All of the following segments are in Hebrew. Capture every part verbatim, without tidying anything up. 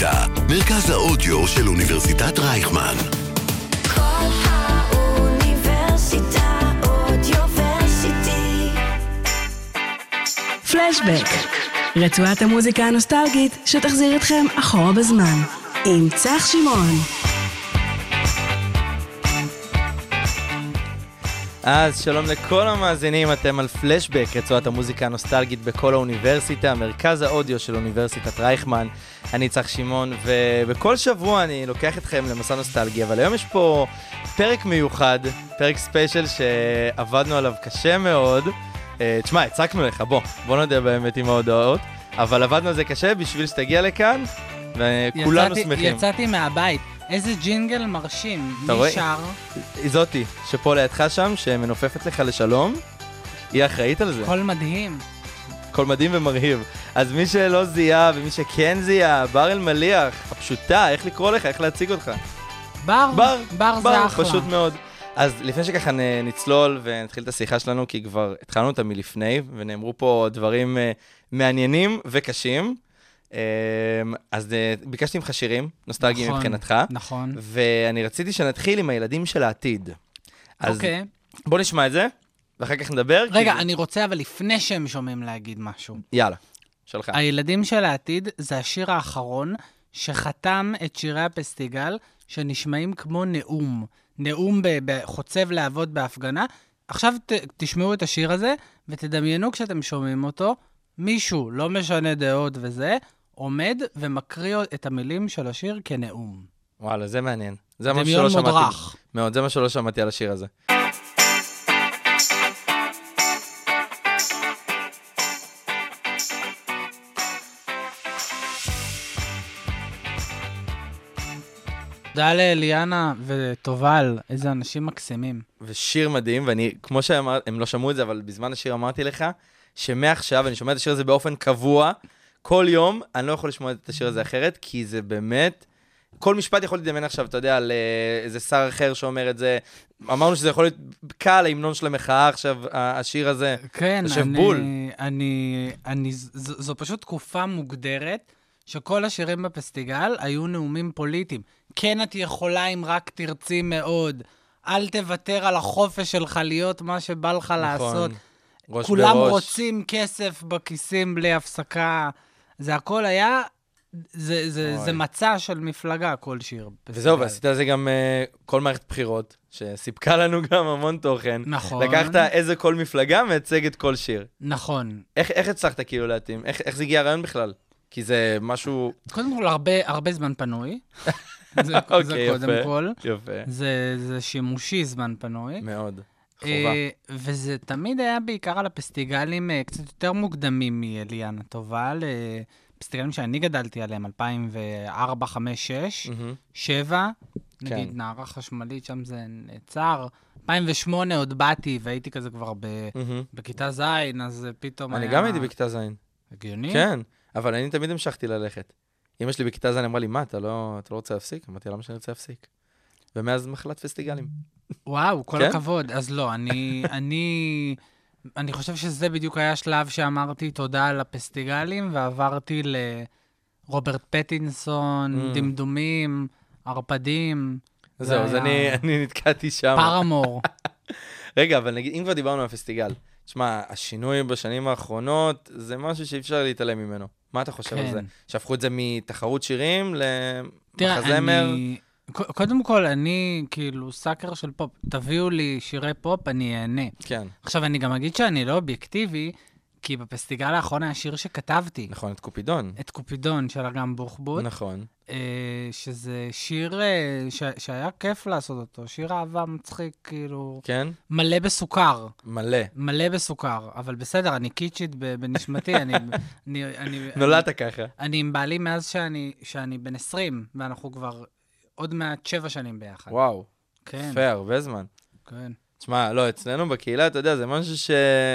האוניברסיטה, מרכז האודיו של אוניברסיטת רייכמן. כל האוניברסיטה אודיוורסיטי. פלשבק, רצועת המוזיקה הנוסטלגית שתחזיר אתכם אחורה בזמן, עם צח שמעון. אז שלום לכל המאזינים, אתם על פלשבק, רצועת המוזיקה הנוסטלגית בכל האוניברסיטה, מרכז האודיו של אוניברסיטת רייכמן. אני צח שמעון, ובכל שבוע אני לוקח אתכם למסע נוסטלגי, אבל היום יש פה פרק מיוחד, פרק ספיישל שעבדנו עליו קשה מאוד. תשמע, הצקנו לך, בוא, בוא נדע באמת עם ההודעות, אבל עבדנו על זה קשה בשביל שתגיע לכאן, וכולנו יצאתי, שמחים. יצאתי מהבית. איזה ג'ינגל מרשים, מי שר? זאתי, שפה לידך שם, שמנופפת לך לשלום, היא אחראית על זה. קול מדהים. קול מדהים ומרהיב. אז מי שלא זיהה ומי שכן זיהה, בר אלמליח, הפשוטה, איך לקרוא לך, איך להציג אותך? בר, בר, בר זה בר, אחלה. פשוט מאוד. אז לפני שככה נצלול ונתחיל את השיחה שלנו, כי כבר התחלנו אותה מלפני, ונאמרו פה דברים מעניינים וקשים, אז ביקשתי ממך שירים, נוסטלגיים נכון, מבחינתך. נכון. ואני רציתי שנתחיל עם הילדים של העתיד. אז אוקיי. בוא נשמע את זה, ואחר כך נדבר. רגע, כי... אני רוצה אבל לפני שהם שומעים להגיד משהו. יאללה, שלך. הילדים של העתיד זה השיר האחרון שחתם את שירי הפסטיגל, שנשמעים כמו נאום. נאום בחוצב לעבוד בהפגנה. עכשיו ת, תשמעו את השיר הזה, ותדמיינו כשאתם שומעים אותו, מישהו, לא משנה דעות וזה, עומד ומקריא את המילים של השיר כנאום. וואלה, זה מעניין. זה מה דמיון שלא שמעתי. מודרך. מאוד, זה מה שלא שמעתי על השיר הזה. תודה לאליאנה וטובל, איזה אנשים מקסימים. ושיר מדהים, ואני, כמו שאמרת, הם לא שמעו את זה, אבל בזמן השיר אמרתי לך, שמעכשיו אני שומע את השיר הזה באופן קבוע, כל יום, אני לא יכול לשמוע את השיר הזה אחרת, כי זה באמת, כל משפט יכול לדמיין עכשיו, אתה יודע, על איזה שר אחר שאומר את זה, אמרנו שזה יכול להיות קל, ההמנון של המחאה עכשיו, השיר הזה, כן, יושב אני, בול. אני, אני, זו, זו פשוט תקופה מוגדרת, שכל השירים בפסטיגל היו נאומים פוליטיים. כן, את יכולה אם רק תרצי מאוד, אל תוותר על החופש שלך להיות מה שבא לך לעשות. ראש כולם בראש. רוצים כסף בכיסים בלי הפסקה. זה הכל היה, זה, זה, זה מצע של מפלגה, כל שיר. וזהו, ועשית על זה גם uh, כל מערכת בחירות, שסיפקה לנו גם המון תוכן. נכון. לקחת איזה כל מפלגה, מייצגת כל שיר. נכון. איך, איך הצלחת כאילו להתאים? איך, איך זה הגיע הרעיון בכלל? כי זה משהו... קודם כל, הרבה, הרבה זמן פנוי. זה, אוקיי, זה יפה, קודם כל. יפה. זה, זה שימושי זמן פנוי. מאוד. חובה. אה, וזה תמיד היה בעיקר על הפסטיגלים אה, קצת יותר מוקדמים מאליאנה טובה, לפסטיגלים שאני גדלתי עליהם, אלפיים וארבע, חמש, שש, שבע, נגיד כן. נערה חשמלית, שם זה נעצר. אלפיים ושמונה עוד באתי, והייתי כזה כבר ב, בכיתה זין, אז פתאום אני היה... גם הייתי בכיתה זין. הגיוני? כן, אבל אני תמיד המשכתי ללכת. אמא שלי בכיתה זין אמרה לי, מה, אתה לא, אתה לא רוצה להפסיק? אמרתי, למה שאני רוצה להפסיק? ומאז מחלת פסטיגלים. וואו, כל כן? הכבוד. אז לא, אני, אני, אני חושב שזה בדיוק היה שלב שאמרתי תודה על הפסטיגלים, ועברתי לרוברט פטינסון, Mm. דמדומים, ערפדים. זהו, אז היה אני, אני נתקעתי שם. פרמור. רגע, אבל נגיד, אם כבר דיברנו על הפסטיגל, תשמע, השינוי בשנים האחרונות, זה משהו שאי אפשר להתעלם ממנו. מה אתה חושב כן. על זה? שהפכו את זה מתחרות שירים תראה, למחזמר? אני... ק- קודם כל, אני כאילו סאקר של פופ. תביאו לי שירי פופ, אני אענה. כן, עכשיו, אני גם אגיד שאני לא אובייקטיבי, כי בפסטיגל האחרון היה שיר שכתבתי. נכון, את קופידון. את קופידון של אגם בוחבוט. נכון. אה, שזה שיר אה, ש, שהיה כיף לעשות אותו. שיר אהבה מצחיק, כאילו, כן? מלא בסוכר. מלא. מלא בסוכר. אבל בסדר, אני קיצ'ית ב- בנשמתי. אני, אני, אני, נולדת אני, ככה. אני עם בעלי מאז שאני, שאני בן עשרים, ואנחנו כבר עוד מעט שבע שנים ביחד. וואו. כן, יפה, הרבה זמן. כן. תשמע, לא, אצלנו בקהילה, אתה יודע, זה משהו ש...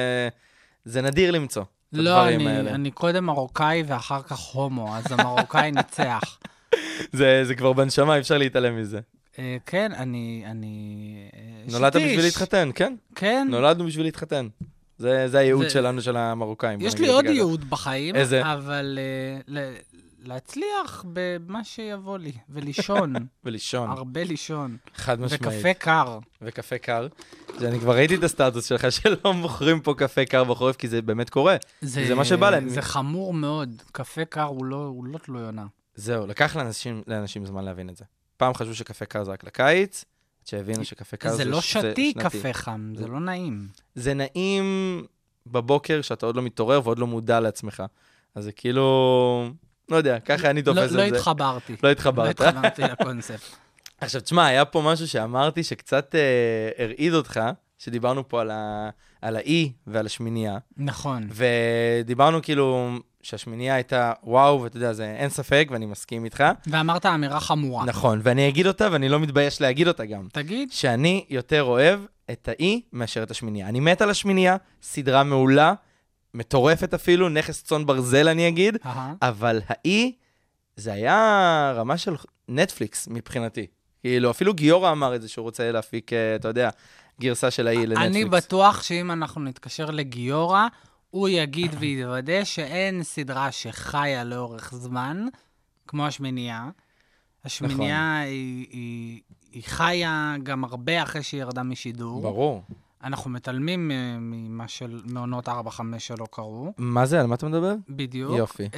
זה נדיר למצוא. את לא, הדברים אני, האלה. אני קודם מרוקאי ואחר כך הומו, אז המרוקאי ניצח. זה, זה כבר בנשמה, אי אפשר להתעלם מזה. אה, כן, אני... אני אה, נולדת שתיש. בשביל להתחתן, כן? כן. נולדנו בשביל להתחתן. זה, זה הייעוד זה- שלנו, של המרוקאים. בוא יש נגיד לי את עוד זה ככה. ייעוד בחיים, איזה? אבל uh, ל- להצליח במה שיבוא לי, ולישון. ולישון. הרבה לישון. חד משמעית. וקפה קר. וקפה קר. שאני כבר ראיתי את הסטטוס שלך שלא מוכרים פה קפה קר בחורף, כי זה באמת קורה. זה מה שבא להם. זה חמור מאוד. קפה קר הוא לא, הוא לא תלוי עונה. זהו, לקח לאנשים, לאנשים זמן להבין את זה. פעם חשבו שקפה קר זה רק לקיץ, שהבינו שקפה קר זה, זה לא שתי שנתי. קפה חם, זה לא נעים. זה נעים בבוקר שאתה עוד לא מתעורר ועוד לא מודע לעצמך. אז זה כאילו, לא יודע, ככה אני תופס לא, את לא זה. התחברתי. לא התחברת. לא התחברתי לקונספט. עכשיו, תשמע, היה פה משהו שאמרתי שקצת אה, הרעיד אותך, שדיברנו פה על, ה, על האי ועל השמינייה. נכון. ודיברנו כאילו שהשמינייה הייתה וואו, ואתה יודע, זה אין ספק, ואני מסכים איתך. ואמרת אמירה חמורה. נכון, ואני אגיד אותה, ואני לא מתבייש להגיד אותה גם. תגיד. שאני יותר אוהב את האי מאשר את השמינייה. אני מת על השמינייה, סדרה מעולה, מטורפת אפילו, נכס צאן ברזל אני אגיד, Aha. אבל האי, זה היה רמה של נטפליקס מבחינתי. כאילו, אפילו גיורא אמר את זה שהוא רוצה להפיק, אתה יודע, גרסה של האי לנטפליקס. אני בטוח שאם אנחנו נתקשר לגיורא, הוא יגיד ויתוודא שאין סדרה שחיה לאורך זמן, כמו השמינייה. השמינייה נכון. היא, היא, היא חיה גם הרבה אחרי שהיא ירדה משידור. ברור. אנחנו מתעלמים ממה של מעונות ארבע חמש שלא קרו. מה זה? על מה אתה מדבר? בדיוק. יופי.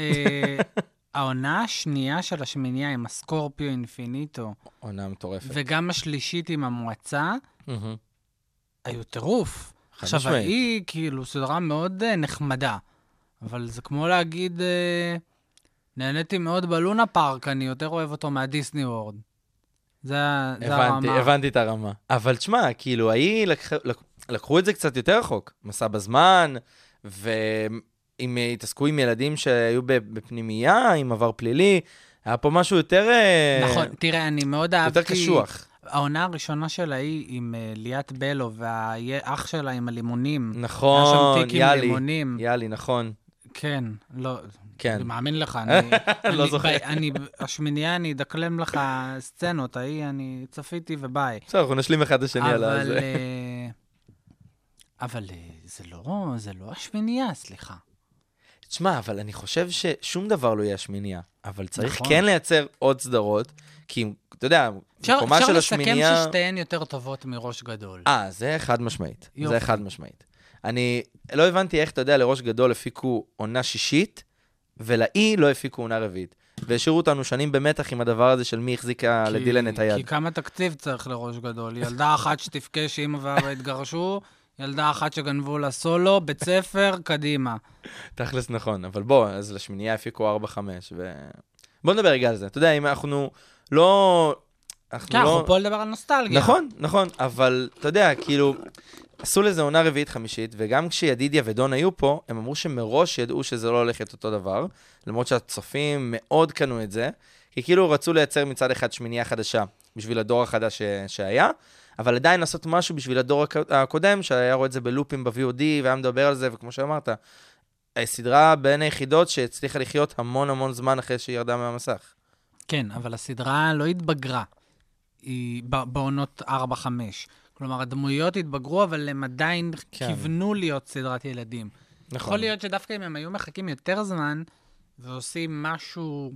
העונה השנייה של השמינייה עם הסקורפיו אינפיניטו. עונה מטורפת. וגם השלישית עם המועצה, היו טירוף. עכשיו, היא כאילו סדרה מאוד נחמדה, אבל זה כמו להגיד, נהניתי מאוד בלונה פארק, אני יותר אוהב אותו מהדיסני וורד. זה הרמה. הבנתי את הרמה. אבל תשמע, כאילו, ההיא לקחו את זה קצת יותר רחוק. מסע בזמן, ואם התעסקו עם ילדים שהיו בפנימייה, עם עבר פלילי, היה פה משהו יותר... נכון, תראה, אני מאוד אהבתי... יותר קשוח. העונה הראשונה שלה היא עם uh, ליאת בלו, והאח שלה עם הלימונים. נכון, היה שם תיק עם לימונים. יאלי, נכון. כן, לא... כן. אני מאמין לך, אני... לא זוכר. אני, השמינייה, אני אדקלם לך סצנות, ההיא, אני צפיתי וביי. בסדר, אנחנו נשלים אחד השני על זה. אבל... אבל זה לא, זה לא השמינייה, סליחה. תשמע, אבל אני חושב ששום דבר לא יהיה השמינייה, אבל צריך נכון. כן לייצר עוד סדרות, כי אתה יודע, מקומה של השמינייה... אפשר לסכם ששתיהן יותר טובות מראש גדול. אה, זה חד משמעית. יופי. זה חד משמעית. אני לא הבנתי איך, אתה יודע, לראש גדול הפיקו עונה שישית, ולאי לא הפיקו עונה רביעית. והשאירו אותנו שנים במתח עם הדבר הזה של מי החזיקה כי, לדילן את היד. כי כמה תקציב צריך לראש גדול? ילדה אחת שתפקה שאמא ואבא התגרשו, ילדה אחת שגנבו לה סולו, בית ספר, קדימה. תכלס נכון, אבל בוא, אז לשמינייה הפיקו ארבע חמש, ו... בוא נדבר רגע על זה. אתה יודע, אם אנחנו לא... אנחנו כן, לא... אנחנו פה לדבר על נוסטלגיה. נכון, נכון, אבל אתה יודע, כאילו, עשו לזה עונה רביעית חמישית, וגם כשידידיה ודון היו פה, הם אמרו שמראש ידעו שזה לא הולך את אותו דבר, למרות שהצופים מאוד קנו את זה, כי כאילו רצו לייצר מצד אחד שמינייה חדשה, בשביל הדור החדש ש... שהיה, אבל עדיין לעשות משהו בשביל הדור הקודם, שהיה רואה את זה בלופים ב-וי או די, והיה מדבר על זה, וכמו שאמרת, הסדרה בין היחידות שהצליחה לחיות המון המון זמן אחרי שהיא ירדה מהמסך. כן, אבל הסדרה לא התבגרה, היא בעונות ארבע חמש. כלומר, הדמויות התבגרו, אבל הם עדיין כן. כיוונו להיות סדרת ילדים. נכון. יכול להיות שדווקא אם הם היו מחכים יותר זמן, ועושים משהו,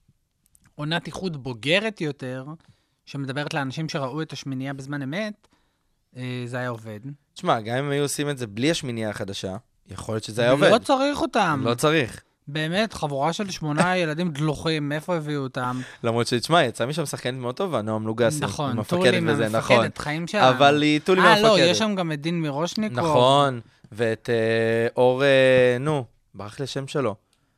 עונת איחוד בוגרת יותר, שמדברת לאנשים שראו את השמינייה בזמן אמת, זה היה עובד. תשמע, גם אם היו עושים את זה בלי השמינייה החדשה, יכול להיות שזה היה עובד. לא צריך אותם. לא צריך. באמת, חבורה של שמונה ילדים דלוחים, מאיפה הביאו אותם? למרות שתשמע, יצא משם שחקנית מאוד טובה, נועם לוגסי. נכון, טולי מהמפקדת, חיים שלנו. אבל היא טולי מהמפקדת. אה, לא, יש שם גם את דין מירושניקוב. נכון, ואת אור, נו, ברח לשם שלו.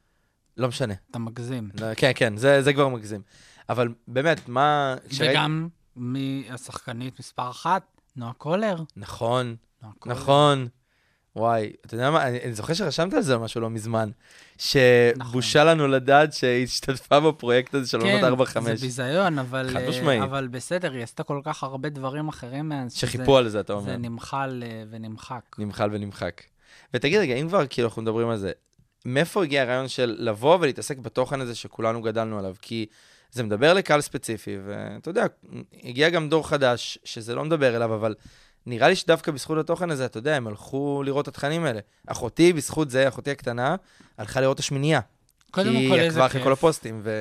לא משנה. אתה מגזים. כן, כן, זה כבר מגזים. אבל באמת, מה... וגם מהשחקנית מספר אחת, נועה קולר. נכון, נכון. וואי, אתה יודע מה, אני, אני זוכר שרשמת על זה משהו לא מזמן, שבושה לנו לדעת שהיא השתתפה בפרויקט הזה של עונות ארבע חמש. כן, זה ביזיון, אבל, אבל בסדר, היא עשתה כל כך הרבה דברים אחרים מאז. שחיפו על זה, אתה אומר. זה נמחל ונמחק. נמחל ונמחק. ותגיד רגע, אם כבר כאילו אנחנו מדברים על זה, מאיפה הגיע הרעיון של לבוא ולהתעסק בתוכן הזה שכולנו גדלנו עליו? כי זה מדבר לקהל ספציפי, ואתה יודע, הגיע גם דור חדש שזה לא מדבר אליו, אבל נראה לי שדווקא בזכות התוכן הזה, אתה יודע, הם הלכו לראות את התכנים האלה. אחותי, בזכות זה, אחותי הקטנה, הלכה לראות השמינייה. קודם כי כל, היא איזה עקבה אחרי כיף. כל הפוסטים, ו...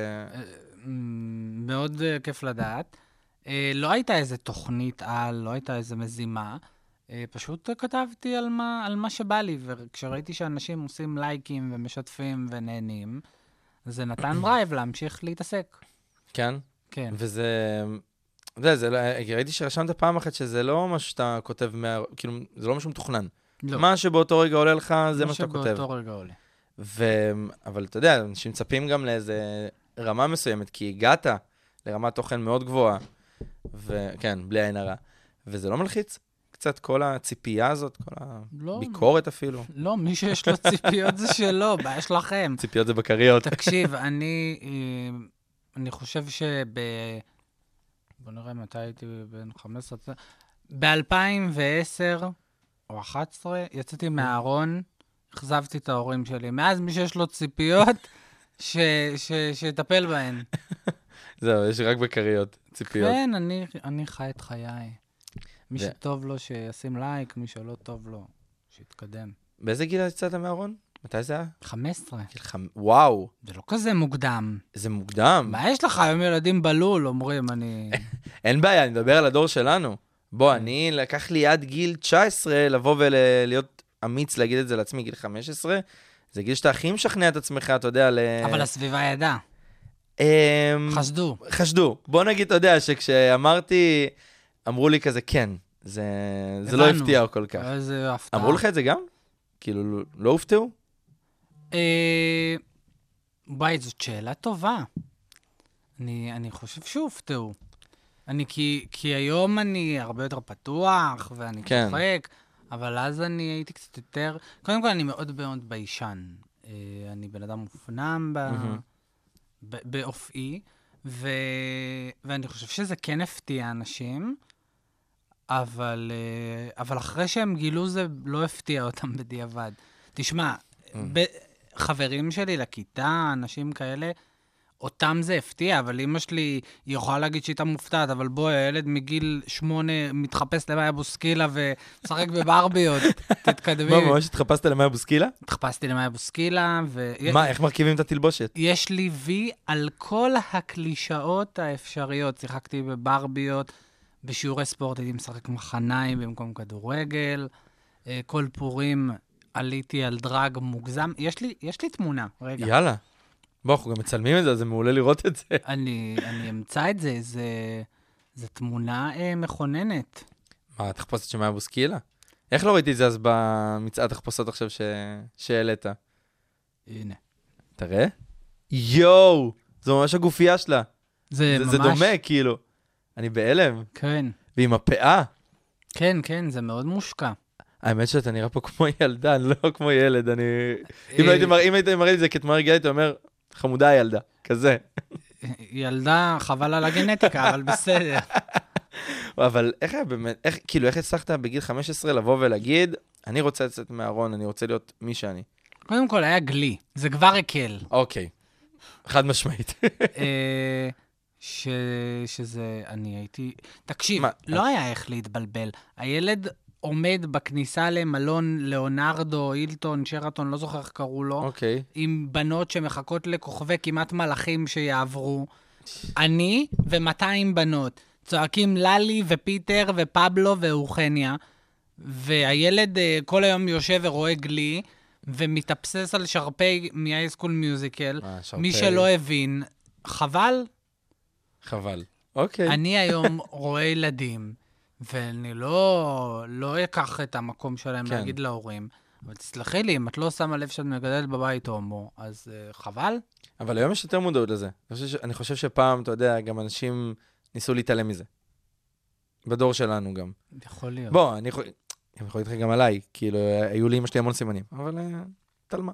מ, מאוד אה, כיף לדעת. אה, לא הייתה איזה תוכנית על, לא הייתה איזה מזימה. אה, פשוט כתבתי על מה, על מה שבא לי, וכשראיתי שאנשים עושים לייקים ומשתפים ונהנים, זה נתן דרייב להמשיך להתעסק. כן? כן. וזה... אתה יודע, זה לא... ראיתי שרשמת פעם אחת שזה לא מה שאתה כותב, מה... כאילו, זה לא משהו מתוכנן. לא. מה שבאותו רגע עולה לך, זה מה שאתה כותב. מה שבאותו רגע עולה. ו... אבל אתה יודע, אנשים מצפים גם לאיזה רמה מסוימת, כי הגעת לרמת תוכן מאוד גבוהה, וכן, בלי עין הרע. וזה לא מלחיץ? קצת כל הציפייה הזאת, כל לא. הביקורת אפילו. לא, מי שיש לו ציפיות זה שלו, בעיה שלכם. ציפיות זה בקריות. תקשיב, אני, אה, אני חושב שב... בוא נראה מתי הייתי בן חמש עשרה... ב-אלפיים ועשר או אחת עשרה יצאתי מהארון, החזבתי את ההורים שלי. מאז מי שיש לו ציפיות, ש... ש... שיטפל בהן. זהו, יש רק בקריות, ציפיות. כן, אני, אני חי את חיי. מי ו- שטוב לו שישים לייק, מי שלא טוב לו, שיתקדם. באיזה גיל יצאת מהארון? מתי זה היה? חמש עשרה. גיל חמ... וואו, זה לא כזה מוקדם. זה מוקדם. מה יש לך? היום ילדים בלול, אומרים, אני... אין בעיה, אני מדבר על הדור שלנו. בוא, אני, לקח לי עד גיל תשע עשרה לבוא ולהיות אמיץ להגיד את זה לעצמי, גיל חמש עשרה. זה גיל שאתה הכי משכנע את עצמך, אתה יודע, ל... אבל הסביבה ידעה. אמ, חשדו. חשדו. בוא נגיד, אתה יודע, שכשאמרתי, אמרו לי כזה, כן, זה, זה לא הבנו. הפתיע כל כך. איזה הפתעה. אמרו לך את זה גם? כאילו, לא- לא הופתעו? אה, וואי, זאת שאלה טובה. אני, אני חושב שהופתעו. אני, כי, כי היום אני הרבה יותר פתוח, ואני כן. צוחק, אבל אז אני הייתי קצת יותר... קודם כל, אני מאוד מאוד ביישן. אה, אני בן אדם מופנם ב... מהמם. ב- באופי, ו... ואני חושב שזה כן הפתיע אנשים, אבל, אה, אבל אחרי שהם גילו זה לא הפתיע אותם בדיעבד. תשמע, ב... חברים שלי לכיתה, אנשים כאלה, אותם זה הפתיע, אבל אמא שלי, היא יכולה להגיד שהיא הייתה מופתעת, אבל בואי, הילד מגיל שמונה מתחפש למאיה בוסקילה ומשחק בברביות, תתקדמי. מה, ממש התחפשת למאיה בוסקילה? התחפשתי למאיה בוסקילה, ו... מה, איך מרכיבים את התלבושת? יש לי וי על כל הקלישאות האפשריות. שיחקתי בברביות, בשיעורי ספורט הייתי משחק מחניים במקום כדורגל, אה, כל פורים עליתי על דרג מוגזם. יש לי, יש לי תמונה, רגע. יאללה. בוא, אנחנו גם מצלמים את זה, אז זה מעולה לראות את זה. אני, אני אמצא את זה, זה, זה תמונה אה, מכוננת. מה, תחפושת של מאיה בוסקילה? איך לא ראיתי את זה אז במצעד תחפושות עכשיו ש... שהעלית? הנה. תראה? יואו! זו ממש הגופייה שלה. זה, זה, ממש... זה דומה, כאילו. אני בהלם. כן, ועם הפאה. כן, כן, זה מאוד מושקע. האמת שאתה נראה פה כמו ילדה, אני לא כמו ילד. אני... אם אה, לא הייתי מראה, אם היית מראה לי את זה כתמונה רגילה, הייתי אומר, חמודה הילדה. כזה. ילדה, חבל על הגנטיקה, אבל בסדר. אבל איך היה באמת, איך, כאילו, איך הצלחת בגיל חמש עשרה לבוא ולהגיד, אני רוצה לצאת מהארון, אני רוצה להיות מי שאני. קודם כל היה גלי, זה כבר הקל. אוקיי. חד משמעית. אה, ש... שזה, אני הייתי... תקשיב, מה? לא היה איך להתבלבל. הילד עומד בכניסה למלון ליאונרדו, הילטון, שרתון, לא זוכר איך קראו לו, אוקיי. עם בנות שמחכות לכוכבי כמעט מלאכים שיעברו. אני ו-מאתיים בנות. צועקים ללי ופיטר ופבלו ואוכניה, והילד אה, כל היום יושב ורואה גלי, ומתאבסס על שרפי מ-High School Musical. אה, שרפי. מי שלא הבין, חבל. חבל. אוקיי. אני היום רואה ילדים, ואני לא, לא אקח את המקום שלהם כן. להגיד להורים, אבל תסלחי לי, אם את לא שמה לב שאת מגדלת בבית הומו, אז uh, חבל. אבל היום יש יותר מודעות לזה. אני חושב, ש... אני חושב שפעם, אתה יודע, גם אנשים ניסו להתעלם מזה. בדור שלנו גם. יכול להיות. בוא, אני יכול... אני יכול להתחיל גם עליי, כאילו, היו לאמא שלי המון סימנים, אבל uh, תלמה.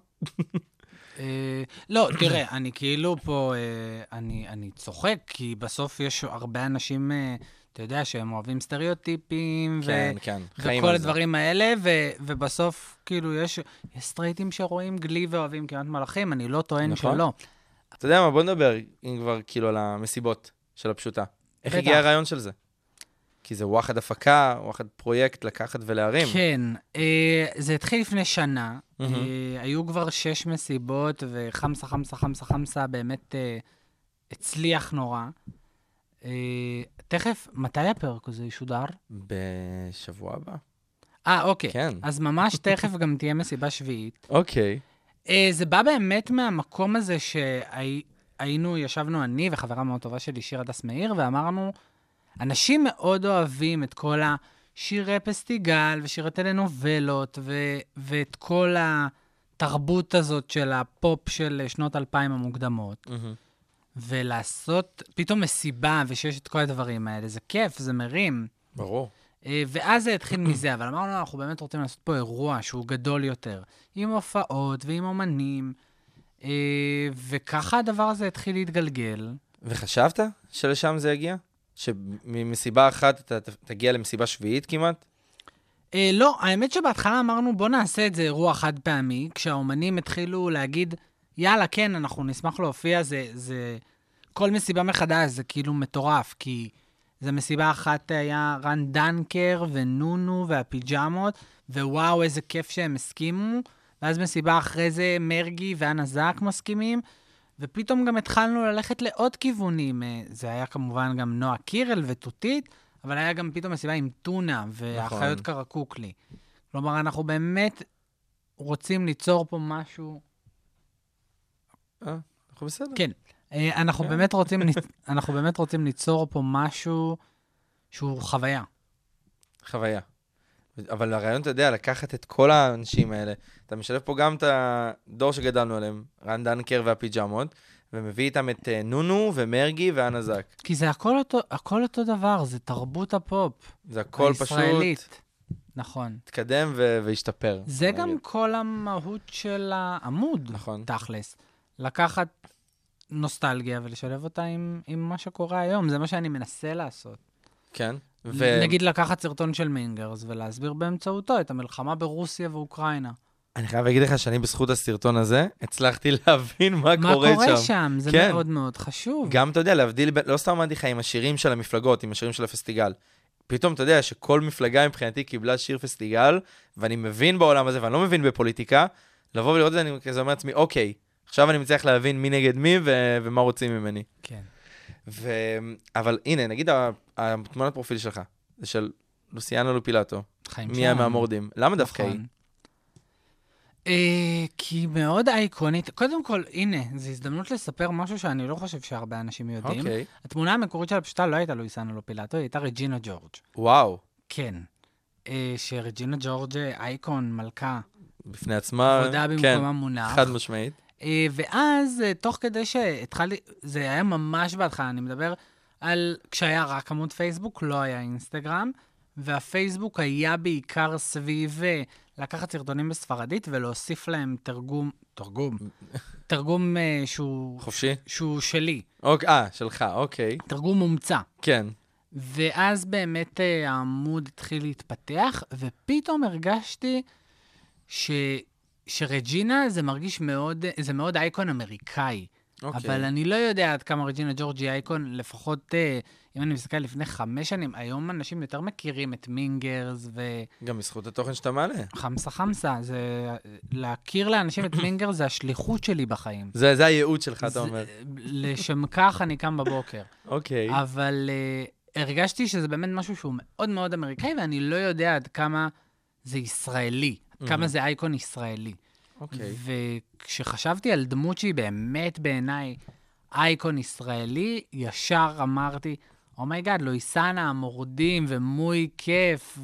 אה, לא, תראה, אני כאילו פה, אה, אני, אני צוחק, כי בסוף יש הרבה אנשים, אה, אתה יודע, שהם אוהבים סטריאוטיפים, ו- כן, כן, חיים וכל על זה. הדברים האלה, ו- ובסוף, כאילו, יש, יש סטרייטים שרואים גלי ואוהבים כמעט מלאכים, אני לא טוען נכון. שלא. אתה יודע מה, בוא נדבר, אם כבר, כאילו, על המסיבות של הפשוטה. איך בטח. הגיע הרעיון של זה? כי זה וואחד הפקה, וואחד פרויקט לקחת ולהרים. כן, אה, זה התחיל לפני שנה. מהמם. אה, היו כבר שש מסיבות, וחמסה, חמסה, חמסה, חמסה, באמת אה, הצליח נורא. אה, תכף, מתי הפרק הזה ישודר? בשבוע הבא. אה, אוקיי. כן. אז ממש תכף גם תהיה מסיבה שביעית. אוקיי. אה, זה בא באמת מהמקום הזה שהיינו, ישבנו אני וחברה מאוד טובה שלי, שיר הדס מאיר, ואמרנו, אנשים מאוד אוהבים את כל השירי פסטיגל ושירי טלנובלות, ו- ואת כל התרבות הזאת של הפופ של שנות אלפיים המוקדמות. מהמם. ולעשות פתאום מסיבה ושיש את כל הדברים האלה, זה כיף, זה מרים. ברור. אה, ואז זה התחיל מזה, אבל אמרנו, אנחנו באמת רוצים לעשות פה אירוע שהוא גדול יותר, עם הופעות ועם אומנים, אה, וככה הדבר הזה התחיל להתגלגל. וחשבת שלשם זה יגיע? שממסיבה אחת אתה ת- תגיע למסיבה שביעית כמעט? אה, לא, האמת שבהתחלה אמרנו, בוא נעשה את זה אירוע חד פעמי, כשהאומנים התחילו להגיד, יאללה, כן, אנחנו נשמח להופיע, זה, זה, כל מסיבה מחדש, זה כאילו מטורף, כי זה מסיבה אחת היה רן דנקר ונונו והפיג'מות, ווואו, איזה כיף שהם הסכימו, ואז מסיבה אחרי זה מרגי ואנה זק מסכימים, ופתאום גם התחלנו ללכת לעוד כיוונים. אה, זה היה כמובן גם נועה קירל וטוטית, אבל היה גם פתאום מסיבה עם טונה והאחיות קרקוקלי. כלומר, אנחנו באמת רוצים ליצור פה משהו... אה, אנחנו בסדר. כן. אה, אנחנו באמת רוצים, ניצ- אנחנו באמת רוצים ליצור פה משהו שהוא חוויה. חוויה. אבל הרעיון, אתה יודע, לקחת את כל האנשים האלה, אתה משלב פה גם את הדור שגדלנו עליהם, רן דנקר והפיג'מות, ומביא איתם את אה, נונו ומרגי ואנה זק. כי זה הכל אותו, הכל אותו דבר, זה תרבות הפופ. זה הכל פשוט הישראלית. נכון. התקדם ו- והשתפר. זה נגיד. גם כל המהות של העמוד, נכון. תכלס. לקחת נוסטלגיה ולשלב אותה עם, עם מה שקורה היום. זה מה שאני מנסה לעשות. כן. ו- ו... נגיד לקחת סרטון של מינגרס ולהסביר באמצעותו את המלחמה ברוסיה ואוקראינה. אני חייב להגיד לך שאני בזכות הסרטון הזה, הצלחתי להבין מה, מה קורה, קורה שם. שם? זה כן. מאוד מאוד חשוב. גם, אתה יודע, להבדיל, ב- לא סתם אמרתי לך עם השירים של המפלגות, עם השירים של הפסטיגל. פתאום, אתה יודע, שכל מפלגה מבחינתי קיבלה שיר פסטיגל, ואני מבין בעולם הזה, ואני לא מבין בפוליטיקה, לבוא ולראות את זה, אני כזה אומר לעצמי, אוקיי, עכשיו אני מצליח להבין מי נגד מי ו- ומה רוצים ממני. כן. ו... אבל הנה, נגיד ה- התמונת פרופיל שלך, זה של לוסיאנה לופילטו, חיים מי שם. היה מהמורדים. למה דווקא היא? נכון. אה, כי היא מאוד אייקונית. קודם כל, הנה, זו הזדמנות לספר משהו שאני לא חושב שהרבה אנשים יודעים. אוקיי. התמונה המקורית שלה פשוטה לא הייתה לואיסנה לופילטו, היא הייתה רג'ינה ג'ורג'. וואו, כן. אה, שרג'ינה ג'ורג' אייקון, מלכה, בפני עצמה, עבודה כן, במקומה מונח. חד משמעית. אה, ואז, אה, תוך כדי שהתחלתי, זה היה ממש בהתחלה, אני מדבר על כשהיה רק עמוד פייסבוק, לא היה אינסטגרם, והפייסבוק היה בעיקר סביב אה, לקחת סרטונים בספרדית ולהוסיף להם תרגום, תרגום, תרגום אה, שהוא, חופשי? שהוא שלי, אוקיי, אה, שלך, אוקיי. תרגום מומצא. כן. ואז באמת אה, העמוד התחיל להתפתח, ופתאום הרגשתי ש... שרג'ינה זה מרגיש מאוד, זה מאוד אייקון אמריקאי. אוקיי. אבל אני לא יודע עד כמה רג'ינה ג'ורג' היא אייקון, לפחות אה, אם אני מסתכל לפני חמש שנים, היום אנשים יותר מכירים את מינגרס גם בזכות התוכן שאתה מעלה. וחמסה חמסה. זה, להכיר לאנשים את מינגרס זה השליחות שלי בחיים. זה, זה הייעוד שלך, אתה זה- אומר. לשם כך אני קם בבוקר. אוקיי. אבל uh, הרגשתי שזה באמת משהו שהוא מאוד מאוד אמריקאי, ואני לא יודע עד כמה זה ישראלי, עד כמה זה אייקון ישראלי. אוקיי. וכשחשבתי על דמות שהיא באמת בעיניי אייקון ישראלי, ישר אמרתי, אומייגאד, לואיסנה, המורדים ומוי כיף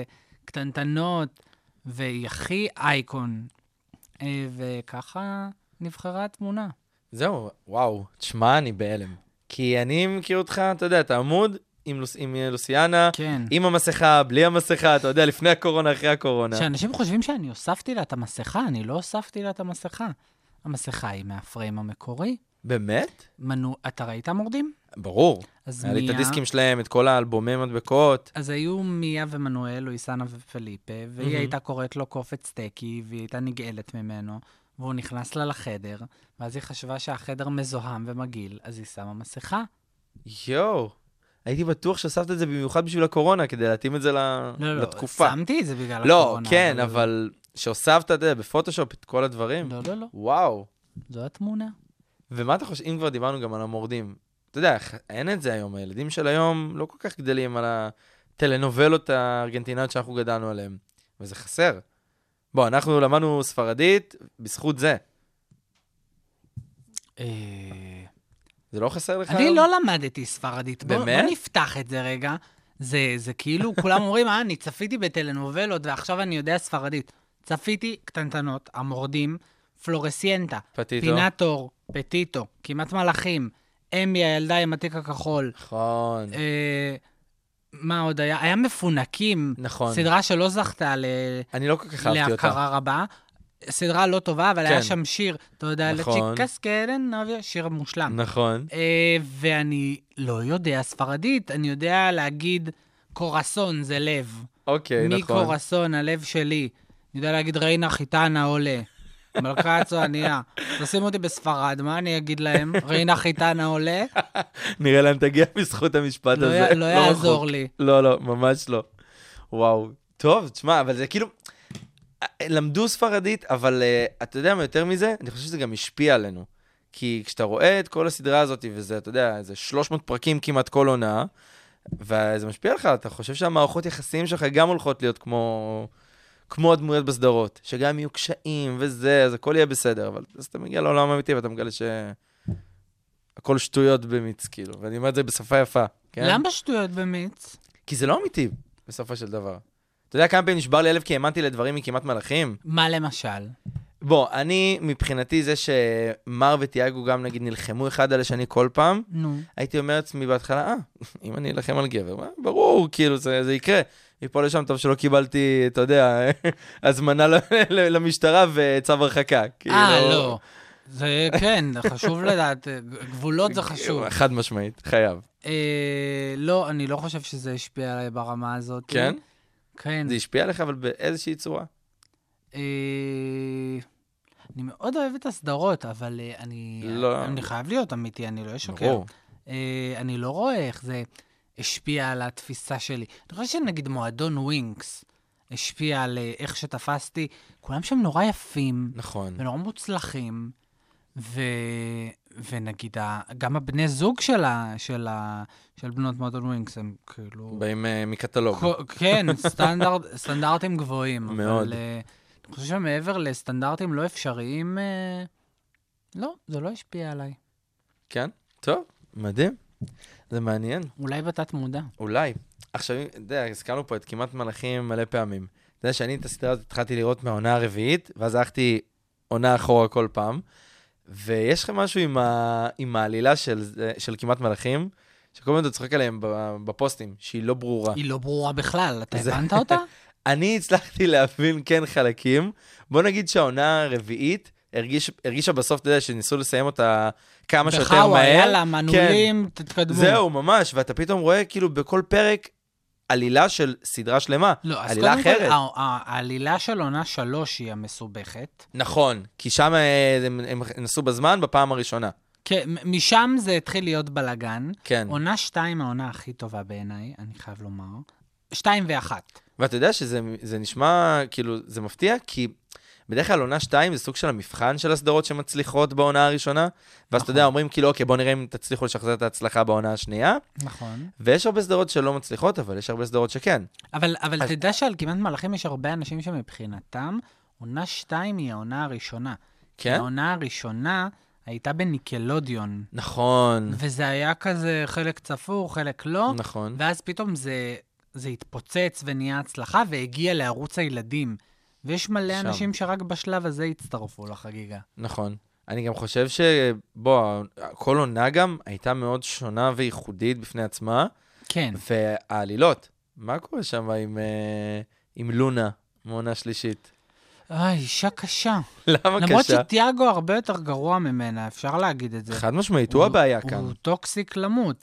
וקטנטנות, והיא הכי אייקון. אה, וככה נבחרה התמונה. זהו, וואו, תשמע, אני בהלם. כי אני מכיר אותך, אתה יודע, אתה עמוד עם, לוס, עם לוסיאנה, כן. עם המסכה, בלי המסכה, אתה יודע, לפני הקורונה, אחרי הקורונה. שאנשים חושבים שאני הוספתי לה את המסכה, אני לא הוספתי לה את המסכה. המסכה היא מהפריים המקורי. באמת? מנו, אתה ראית מורדים? ברור. אז היה לי את מיה- הדיסקים שלהם, את כל האלבומי מדבקות. אז היו מיה ומנואל, לואיסנה ופליפה, והיא מהמם. הייתה קוראת לו קופץ טקי, והיא הייתה נגאלת ממנו, והוא נכנס לה לחדר, ואז היא חשבה שהחדר מזוהם ומגעיל, אז היא שמה מסכה. יואו. הייתי בטוח שהוספת את זה במיוחד בשביל הקורונה, כדי להתאים את זה ל- לא, לתקופה. לא, שמתי את זה בגלל לא, הקורונה. כן, אבל שהוספת את זה בפוטושופ, את כל הדברים. לא, לא, לא. וואו. זו התמונה. ומה אתה חושב, אם כבר דיברנו גם על המורדים, אתה יודע, אין את זה היום, הילדים של היום לא כל כך גדלים על הטלנובלות הארגנטיניות שאנחנו גדלנו עליהן, וזה חסר. בוא, אנחנו למדנו ספרדית בזכות זה. זה לא חסר לך? אני לא למדתי ספרדית. בוא, באמת? בוא נפתח את זה רגע. זה, זה כאילו, כולם אומרים, אה, אני צפיתי בטלנובלות, ועכשיו אני יודע ספרדית. צפיתי קטנטנות, המורדים, פלורסיינטה, פטיטו. פינטור, פטיטו, כמעט מלאכים, אמי, הילדה עם התיק הכחול. נכון. אה, מה עוד היה? היה מפונקים. נכון. סדרה שלא זכתה ל... אני לא כל כך אהבתי אותה. להכרה רבה. סדרה לא טובה, אבל כן. היה שם שיר, אתה יודע, נכון. לצ'יקס קרן, נוביה, שיר מושלם. נכון. אה, ואני לא יודע ספרדית, אני יודע להגיד קורסון זה לב. אוקיי, מי נכון. קורסון, הלב שלי. אני יודע להגיד ריינה חיטנה עולה. מלכה הצועניה. תשים אותי בספרד, מה אני אגיד להם? ריינה חיטנה עולה? נראה להם תגיע בזכות המשפט לא הזה. י- לא יעזור רחוק. לי. לא, לא, ממש לא. וואו. טוב, תשמע, אבל זה כאילו... למדו ספרדית, אבל uh, אתה יודע מה יותר מזה? אני חושב שזה גם השפיע עלינו. כי כשאתה רואה את כל הסדרה הזאת, וזה, אתה יודע, זה שלוש מאות פרקים כמעט כל עונה, וזה משפיע לך, אתה חושב שהמערכות יחסים שלך גם הולכות להיות כמו, כמו הדמויות בסדרות, שגם יהיו קשיים וזה, אז הכל יהיה בסדר, אבל אז אתה מגיע לעולם האמיתי, ואתה מגלה שהכל שטויות במיץ, כאילו, ואני אומר את זה בשפה יפה, כן? למה שטויות במיץ? כי זה לא אמיתי, בסופו של דבר. אתה יודע כמה פעמים נשבר לי הלב כי האמנתי לדברים מכמעט מלאכים? מה למשל? בוא, אני, מבחינתי זה שמר וטיאגו גם, נגיד, נלחמו אחד על השני כל פעם, נו. הייתי אומר לעצמי בהתחלה, אה, אם אני אלחם על גבר, מה? ברור, כאילו, זה, זה יקרה. מפה לשם, טוב שלא קיבלתי, אתה יודע, הזמנה למשטרה וצו הרחקה. אה, לא. זה כן, חשוב לדעת, גבולות זה חשוב. חד משמעית, חייב. אה, לא, אני לא חושב שזה השפיע עליי ברמה הזאת. כן? כן. זה השפיע עליך, אבל באיזושהי צורה. אה, אני מאוד אוהב את הסדרות, אבל אה, אני, לא. אני חייב להיות אמיתי, אני לא אשקר. ברור. אה, אני לא רואה איך זה השפיע על התפיסה שלי. אני חושב שנגיד מועדון ווינקס השפיע על אה, איך שתפסתי. כולם שם נורא יפים. נכון. ונורא מוצלחים. ו... ונגיד, ה... גם הבני זוג שלה, של, ה... של בנות מועדון ווינקס, הם כאילו... באים uh, מקטלוג. כן, סטנדרט, סטנדרטים גבוהים. מאוד. אבל, uh, אני חושב שמעבר לסטנדרטים לא אפשריים, uh, לא, זה לא השפיע עליי. כן? טוב, מדהים. זה מעניין. אולי בתת מודע. אולי. עכשיו, אתה יודע, הזכרנו פה את כמעט מלאכים מלא פעמים. אתה יודע שאני את הסדרה הזאת התחלתי לראות מהעונה הרביעית, ואז הלכתי עונה אחורה כל פעם, ויש לכם משהו עם, ה... עם העלילה של, של כמעט מלאכים, שכל מיני אתה צוחק עליהם בפוסטים, שהיא לא ברורה. היא לא ברורה בכלל, אתה זה... הבנת אותה? אני הצלחתי להבין כן חלקים. בוא נגיד שהעונה הרביעית הרגיש, הרגישה בסוף, אתה יודע, שניסו לסיים אותה כמה שיותר מהר. בחאווה, יאללה, מנעולים, כן. תתקדמו. זהו, ממש, ואתה פתאום רואה כאילו בכל פרק עלילה של סדרה שלמה. לא, אז עלילה אחרת. כל, העלילה של עונה שלוש היא המסובכת. נכון, כי שם הם, הם נסו בזמן בפעם הראשונה. כן, משם זה התחיל להיות בלגן. כן. עונה שתיים העונה הכי טובה בעיניי, אני חייב לומר. שתיים ואחת. ואתה יודע שזה זה נשמע, כאילו, זה מפתיע, כי בדרך כלל עונה שתיים זה סוג של המבחן של הסדרות שמצליחות בעונה הראשונה, ואז נכון. אתה יודע, אומרים כאילו, אוקיי, בוא נראה אם תצליחו לשחזר את ההצלחה בעונה השנייה. נכון. ויש הרבה סדרות שלא מצליחות, אבל יש הרבה סדרות שכן. אבל, אבל אז... תדע שעל כמעט מלאכים יש הרבה אנשים שמבחינתם, עונה שתיים היא העונה הראשונה. כן? העונה הראשונה הייתה בניקלודיון. נכון. וזה היה כזה חלק צפור, חלק לא. נכון. ואז פתאום זה, זה התפוצץ ונהיה הצלחה, והגיע לערוץ הילדים. ויש מלא שם. אנשים שרק בשלב הזה הצטרפו לחגיגה. נכון. אני גם חושב שבוא, כל עונה גם הייתה מאוד שונה וייחודית בפני עצמה. כן. והעלילות, מה קורה שם עם, עם לונה, מעונה שלישית? אה, אישה קשה. למה קשה? למרות שטיאגו הרבה יותר גרוע ממנה, אפשר להגיד את זה. חד משמעית, הוא, הוא הבעיה הוא, כאן. הוא טוקסיק למות,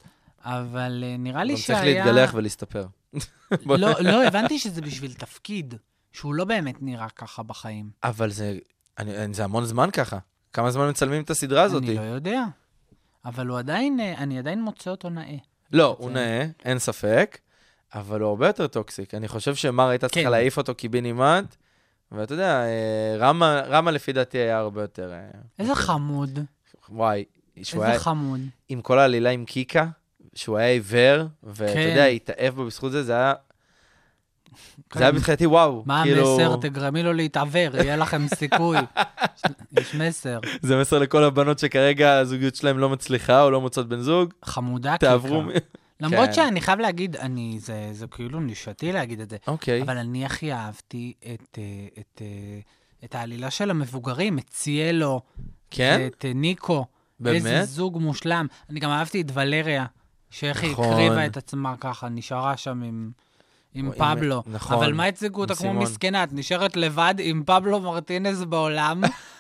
אבל נראה לי שהיה... צריך להתגלח ולהסתפר. לא, לא, הבנתי שזה בשביל תפקיד, שהוא לא באמת נראה ככה בחיים. אבל זה, אני, זה המון זמן ככה. כמה זמן מצלמים את הסדרה הזאת? אני לא יודע. אבל הוא עדיין, אני עדיין מוצא אותו נאה. לא, הוא נאה, אין ספק, אבל הוא הרבה יותר טוקסיק. אני חושב שמר הייתה צריכה כן. להעיף אותו קיבינימט, ואתה יודע, אה, רמה, רמה לפי דעתי היה הרבה יותר... אה, איזה יותר. חמוד. וואי, שהוא איזה היה חמוד. עם כל העלילה עם קיקה, שהוא היה עיוור, ואתה כן. יודע, התאהב בו בזכות זה, זה היה... כן. זה היה בתחילתי, וואו. מה כאילו... המסר? תגרמי לו להתעבר, יהיה לכם סיכוי. יש מסר. זה מסר לכל הבנות שכרגע הזוגיות שלהם לא מצליחה, או לא מוצאות בן זוג. חמודה תעברו... קיקה. למרות כן. שאני חייב להגיד, אני, זה, זה כאילו נישתי להגיד את זה, אוקיי. אבל אני הכי אהבתי את, אה, את, אה, את העלילה של המבוגרים, את ציאלו, כן? ואת אה, ניקו. באמת? איזה זוג מושלם. אני גם אהבתי את ולריה, שאיך היא נכון. הקריבה את עצמה ככה, נשארה שם עם, עם עם- פבלו. נכון. אבל מה הציגו אותה עם כמו סימון. מסכנה? את נשארת לבד עם פבלו מרטינס בעולם,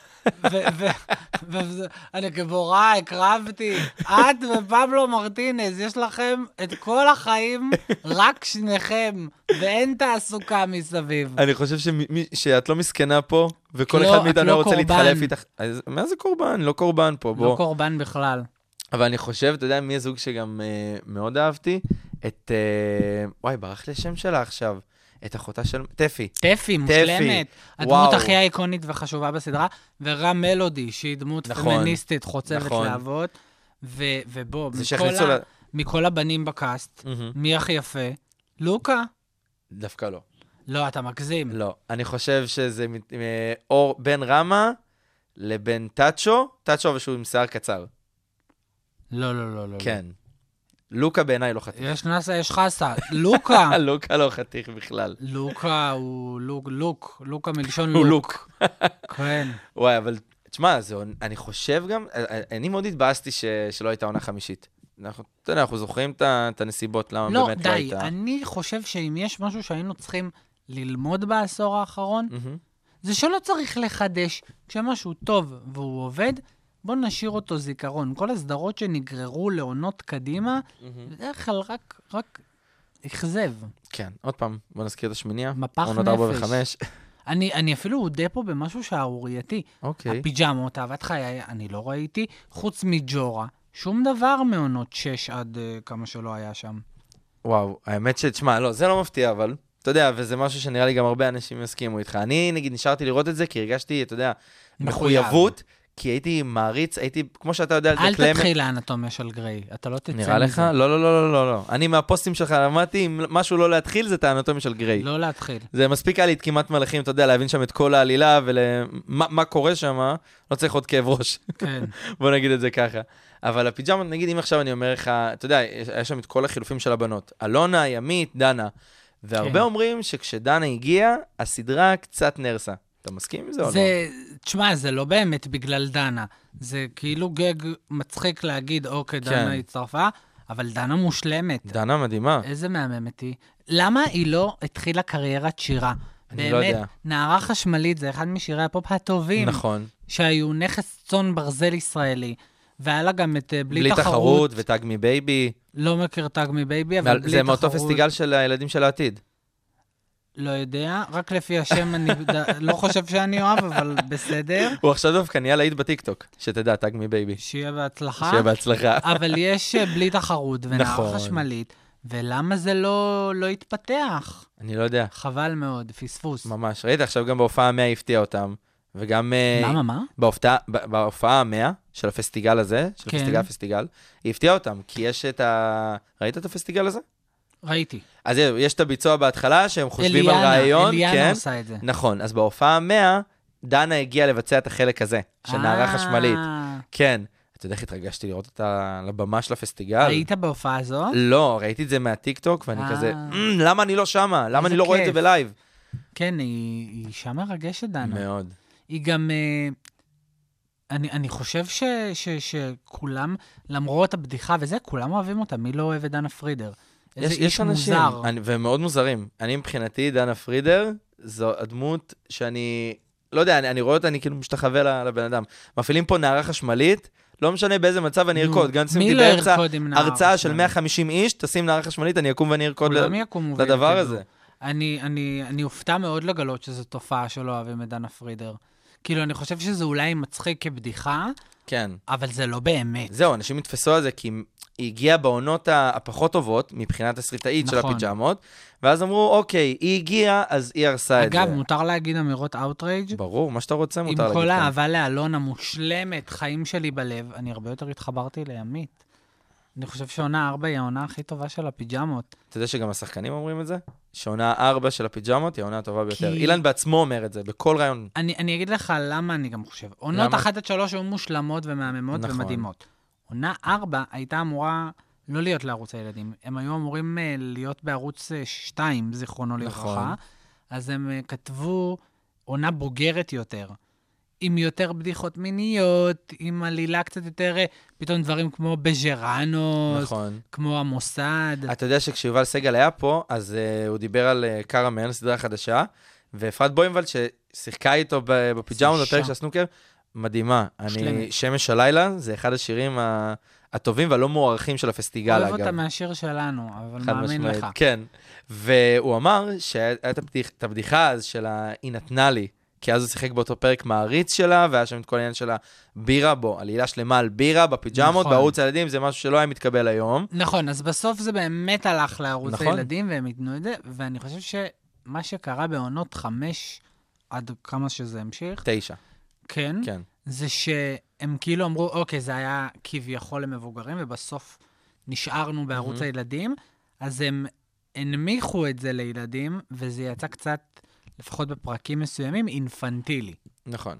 ואני גיבורה, הקרבתי. את ופבלו מרטינס, יש לכם את כל החיים, רק שניכם, ואין תעסוקה מסביב. אני חושב שמי- שאת לא מסכנה פה, וכל לא, אחד את מאיתנו לא רוצה קורבן. להתחלף איתך. אז מה זה קורבן? לא קורבן פה, לא בוא. קורבן בכלל. אבל אני חושב, אתה יודע מי הזוג שגם אה, מאוד אהבתי? את... אה, וואי, ברח לי השם שלה עכשיו. את אחותה של... טפי. טפי, מושלמת. הדמות וואו. הכי איקונית וחשובה בסדרה, ורם מלודי, שהיא דמות נכון, פמיניסטית, חוצבת נכון. להבות. ו- ובוא, זה מכל שהכניסו ה- לה- מכל הבנים בקאסט, מהמם. מי הכי יפה? לוקה. דווקא לא. לא, אתה מגזים. לא. אני חושב שזה מת- אה, אור בין רמה לבין טאצ'ו, טאצ'ו אבל שהוא עם שיער קצר. לא, לא, לא, לא. כן. לוקה בעיניי לא חתיך. יש נאסה, יש חסה. לוקה. לוקה לא חתיך בכלל. לוקה הוא לוק, לוק, לוקה מלשון הוא לוק. לוק. כן. וואי, אבל תשמע, זה, אני חושב גם, אני מאוד התבאסתי ש, שלא הייתה עונה חמישית. אנחנו, אתה יודע, אנחנו זוכרים את ה- את הנסיבות, למה לא, באמת לא די, הייתה. אני חושב שאם יש משהו שהיינו צריכים ללמוד בעשור האחרון, מהמם. זה שלא צריך לחדש. כשמשהו טוב והוא עובד, בוא נשאיר אותו זיכרון. כל הסדרות שנגררו לעונות קדימה, בדרך כלל רק, רק אכזב. כן, עוד פעם, בוא נזכיר את השמיניה. מפח עונות ארבע נפש. וחמש. אני, אני אפילו אודה פה במשהו שערורייתי. אוקיי. הפיג'מות, אהבת חיי, אני לא ראיתי, חוץ מג'ורה, שום דבר מעונות שש עד uh, כמה שלא היה שם. וואו, האמת שתשמע, לא, זה לא מפתיע, אבל, אתה יודע, וזה משהו שנראה לי גם הרבה אנשים יסכימו איתך. אני, נגיד, נשארתי לראות את זה, כי הרגשתי, אתה יודע, מחויב. מחויבות, כי הייתי מעריץ, הייתי, כמו שאתה יודע, אל לדקלם- תתחיל האנטומיה של גריי, אתה לא תצא מזה. נראה לך? לא, לא, לא, לא, לא, לא. אני מהפוסטים שלך למדתי, אם משהו לא להתחיל, זה את האנטומיה של גריי. לא להתחיל. זה מספיק היה לי את כמעט מלאכים, אתה יודע, להבין שם את כל העלילה ומה מה קורה שם, לא צריך עוד כאב ראש. כן. בוא נגיד את זה ככה. אבל הפיג'מות, נגיד, אם עכשיו אני אומר לך, אתה יודע, היה שם את כל החילופים של הבנות. אלונה, ימית, דנה. והרבה כן. אומרים שכשדנה הגיעה, הסדרה קצת נרסה. אתה מסכים עם זה או לא? זה, תשמע, זה לא באמת בגלל דנה. זה כאילו גג מצחיק להגיד, אוקיי, כן. דנה הצטרפה, אבל דנה מושלמת. דנה מדהימה. איזה מהממת היא. למה היא לא התחילה קריירת שירה? אני לא באמת, יודע. נערה חשמלית זה אחד משירי הפופ הטובים. נכון. שהיו נכס צאן ברזל ישראלי. והיה לה גם את אה, בלי, בלי תחרות. תחרות וטאג מי בייבי. לא מכיר טאג מי בייבי, אבל בלי זה תחרות. מאותו פסטיגל של הילדים של העתיד. לא יודע, רק לפי השם אני ד- לא חושב שאני אוהב, אבל בסדר. הוא עכשיו דווקא נהיה להיט בטיקטוק, שתדע, טאג מי בייבי. שיהיה בהצלחה. שיהיה בהצלחה. אבל יש אה, בלי תחרות ונערה נכון. חשמלית, ולמה זה לא, לא התפתח? אני לא יודע, חבל מאוד, פספוס. ממש. ראית, עכשיו גם בהופעה המאה הפתיע אותם, וגם... אה, מה, מה, מה? בהופעה, ב- בהופעה המאה של הפסטיגל הזה, של כן. פסטיגל הפסטיגל, היא הפתיעה אותם, כי יש את ה... ראית את הפסטיגל הזה? ראיתי. אז זהו, יש את הביצוע בהתחלה, שהם חושבים על אליאנה, רעיון, אליאנה כן? עושה את זה. נכון, אז בהופעה המאה, דנה הגיעה לבצע את החלק הזה, של נערה אה, חשמלית. כן. אתה יודע איך התרגשתי לראות אותה על הבמה של הפסטיגל? היית בהופעה הזו? לא, ראיתי את זה מהטיקטוק, ואני אה. כזה, "מ, למה אני לא שמה? למה איזה אני לא רואה את זה כיף. בלייב? כן, היא היא אישה מרגשת, דנה. מאוד. היא גם... אה, אני, אני חושב ש, ש, שכולם, למרות הבדיחה וזה, כולם אוהבים אותה. מי לא אוהב את דנה פרידר? איזה יש, איש יש אנשים, מוזר. אני, והם מאוד מוזרים. אני מבחינתי, דנה פרידר, זו הדמות שאני, לא יודע, אני, אני רואה אותה, אני כאילו משתחווה ל- לבן אדם. מפעילים פה נערה חשמלית, לא משנה באיזה מצב אני נו, ארקוד. גם שים מי אותי לא באמצע ירקוד עם נערה הרצאה של חשמלית? מאה וחמישים איש, תשים נערה חשמלית, אני אקום ואני ארקוד כולם ל- יקומו לדבר וירקדו. הזה. אני, אני, אני אופתע מאוד לגלות שזו תופעה שלא אוהבים את דנה פרידר. כאילו, אני חושב שזה אולי מצחיק כבדיחה, כן. אבל זה לא באמת. זהו, אנשים יתפסו על זה, כי היא הגיעה בעונות הפחות טובות, מבחינת הסריטאית של נכון. הפיג'מות, ואז אמרו, אוקיי, היא הגיעה, אז היא הרסה את זה. אגב, מותר להגיד אמירות אאוטרייג'? ברור, מה שאתה רוצה מותר עם להגיד. כל כאן. האהבה לאלון המושלמת, חיים שלי בלב, אני הרבה יותר התחברתי לימית. אני חושב שעונה ארבע היא העונה הכי טובה של הפיג'מות. אתה יודע שגם השחקנים אומרים את זה? שעונה ארבע של הפיג'מות היא העונה הטובה ביותר. כי- אילן בעצמו אומר את זה, בכל רעיון. אני, אני אגיד לך למה אני גם חושב. עונות למה? אחת עד שלוש היו מושלמות ומהממות נכון. ומדהימות. עונה ארבע הייתה אמורה לא להיות לערוץ הילדים. הם היו אמורים uh, להיות בערוץ uh, שתיים, זיכרונו לברכה. נכון. אז הם uh, כתבו עונה בוגרת יותר. עם יותר בדיחות מיניות, עם עלילה קצת יותר, uh, פתאום דברים כמו בז'רנוס, נכון. כמו המוסד. אתה יודע שכשיובל סגל היה פה, אז uh, הוא דיבר על uh, קארמל, סדרה חדשה, ואפרת בוימבלד ששיחקה איתו ב- בפיג'מות, אישה. בפרק של הסנוקר, מדהימה. אני, שלמת. שמש הלילה, זה אחד השירים ה- הטובים והלא מוערכים של הפסטיגל, אוהב אגב. אותה מהשיר שלנו, אבל חד מאמין משמעית, לך. כן. והוא אמר שהיה את הבדיח, את הבדיחה אז של ה- היא נתנה לי, כי אז הוא שיחק באותו פרק מעריץ שלה, והיה שם את כל העניין של הבירה בו, עלילה שלמה על בירה בפיג'מות, נכון. בערוץ הילדים, זה משהו שלא היה מתקבל היום. נכון, אז בסוף זה באמת הלך לערוץ נכון. הילדים, והם ייתנו את זה, ואני חושב שמה שקרה בעונות חמש, עד כמה שזה המשיך, תשע, כן, כן. זה שהם כאילו אמרו, אוקיי, זה היה כביכול למבוגרים, ובסוף נשארנו בערוץ מהמם. הילדים, אז הם הנמיכו את זה לילדים, וזה יצא קצת, לפחות בפרקים מסוימים, אינפנטילי. נכון.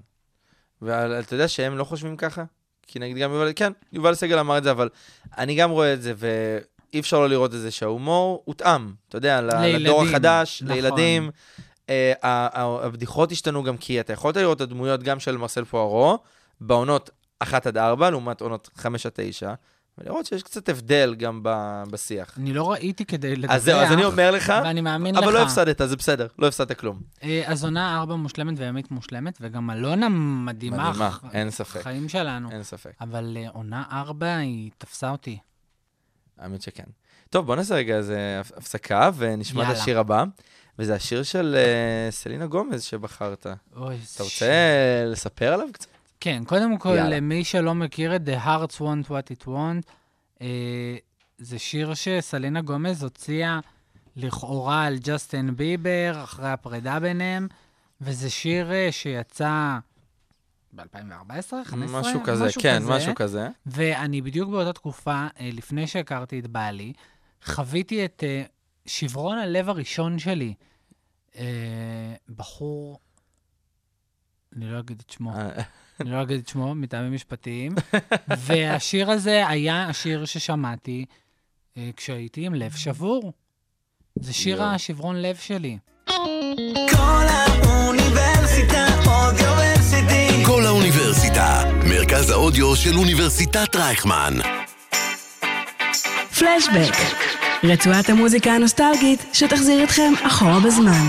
ואתה יודע שהם לא חושבים ככה? כי נגיד גם יובל, כן, יובל סגל אמר את זה, אבל אני גם רואה את זה, ואי אפשר לא לראות את זה שההומור הותאם, אתה יודע, ל- לילדים, לדור החדש, נכון. לילדים. אה, ה- ה- הבדיחות השתנו גם כי אתה יכולת לראות את הדמויות גם של מרסל פוארו, בעונות אחת עד ארבע, לעומת עונות חמש עד תשע, ולראות שיש קצת הבדל גם ב- בשיח. אני לא ראיתי כדי לדווח, אז זהו, אז אני אומר לך, ואני מאמין לך. אבל לא הפסדת, זה בסדר, לא הפסדת כלום. אה, אז עונה ארבע מושלמת וימית מושלמת, וגם אלונה מדהימה. מדהימה, ח- אין ספק. חיים שלנו. אין ספק. אבל אה, עונה ארבע היא תפסה אותי. האמת שכן. טוב, בוא נעשה רגע איזה הפ- הפסקה, ונשמע את יאללה. השיר הבא. וזה השיר של uh, סלינה גומז שבחרת. אוי, אתה ש- רוצה לספר עליו קצת? כן, קודם כל, יאללה. למי שלא מכיר את The Hearts Want What It Want, אה, זה שיר שסלינה גומז הוציאה לכאורה על ג'סטין ביבר, אחרי הפרידה ביניהם, וזה שיר אה, שיצא ב-אלפיים וארבע עשרה, חמש עשרה? משהו כזה, כן, משהו כזה. ואני בדיוק באותה תקופה, אה, לפני שהכרתי את בעלי, חוויתי את אה, שברון הלב הראשון שלי. אה, בחור, אני לא אגיד את שמו, אה, אני לא אגיד את שמו, מטעמים משפטיים, והשיר הזה היה השיר ששמעתי אה, כשהייתי עם לב שבור. זה שיר יואו. השברון לב שלי. כל האוניברסיטה אודיוורסיטי. כל האוניברסיטה, מרכז האודיו של אוניברסיטת רייכמן. פלשבק, רצועת המוזיקה הנוסטלגית שתחזיר אתכם אחורה בזמן.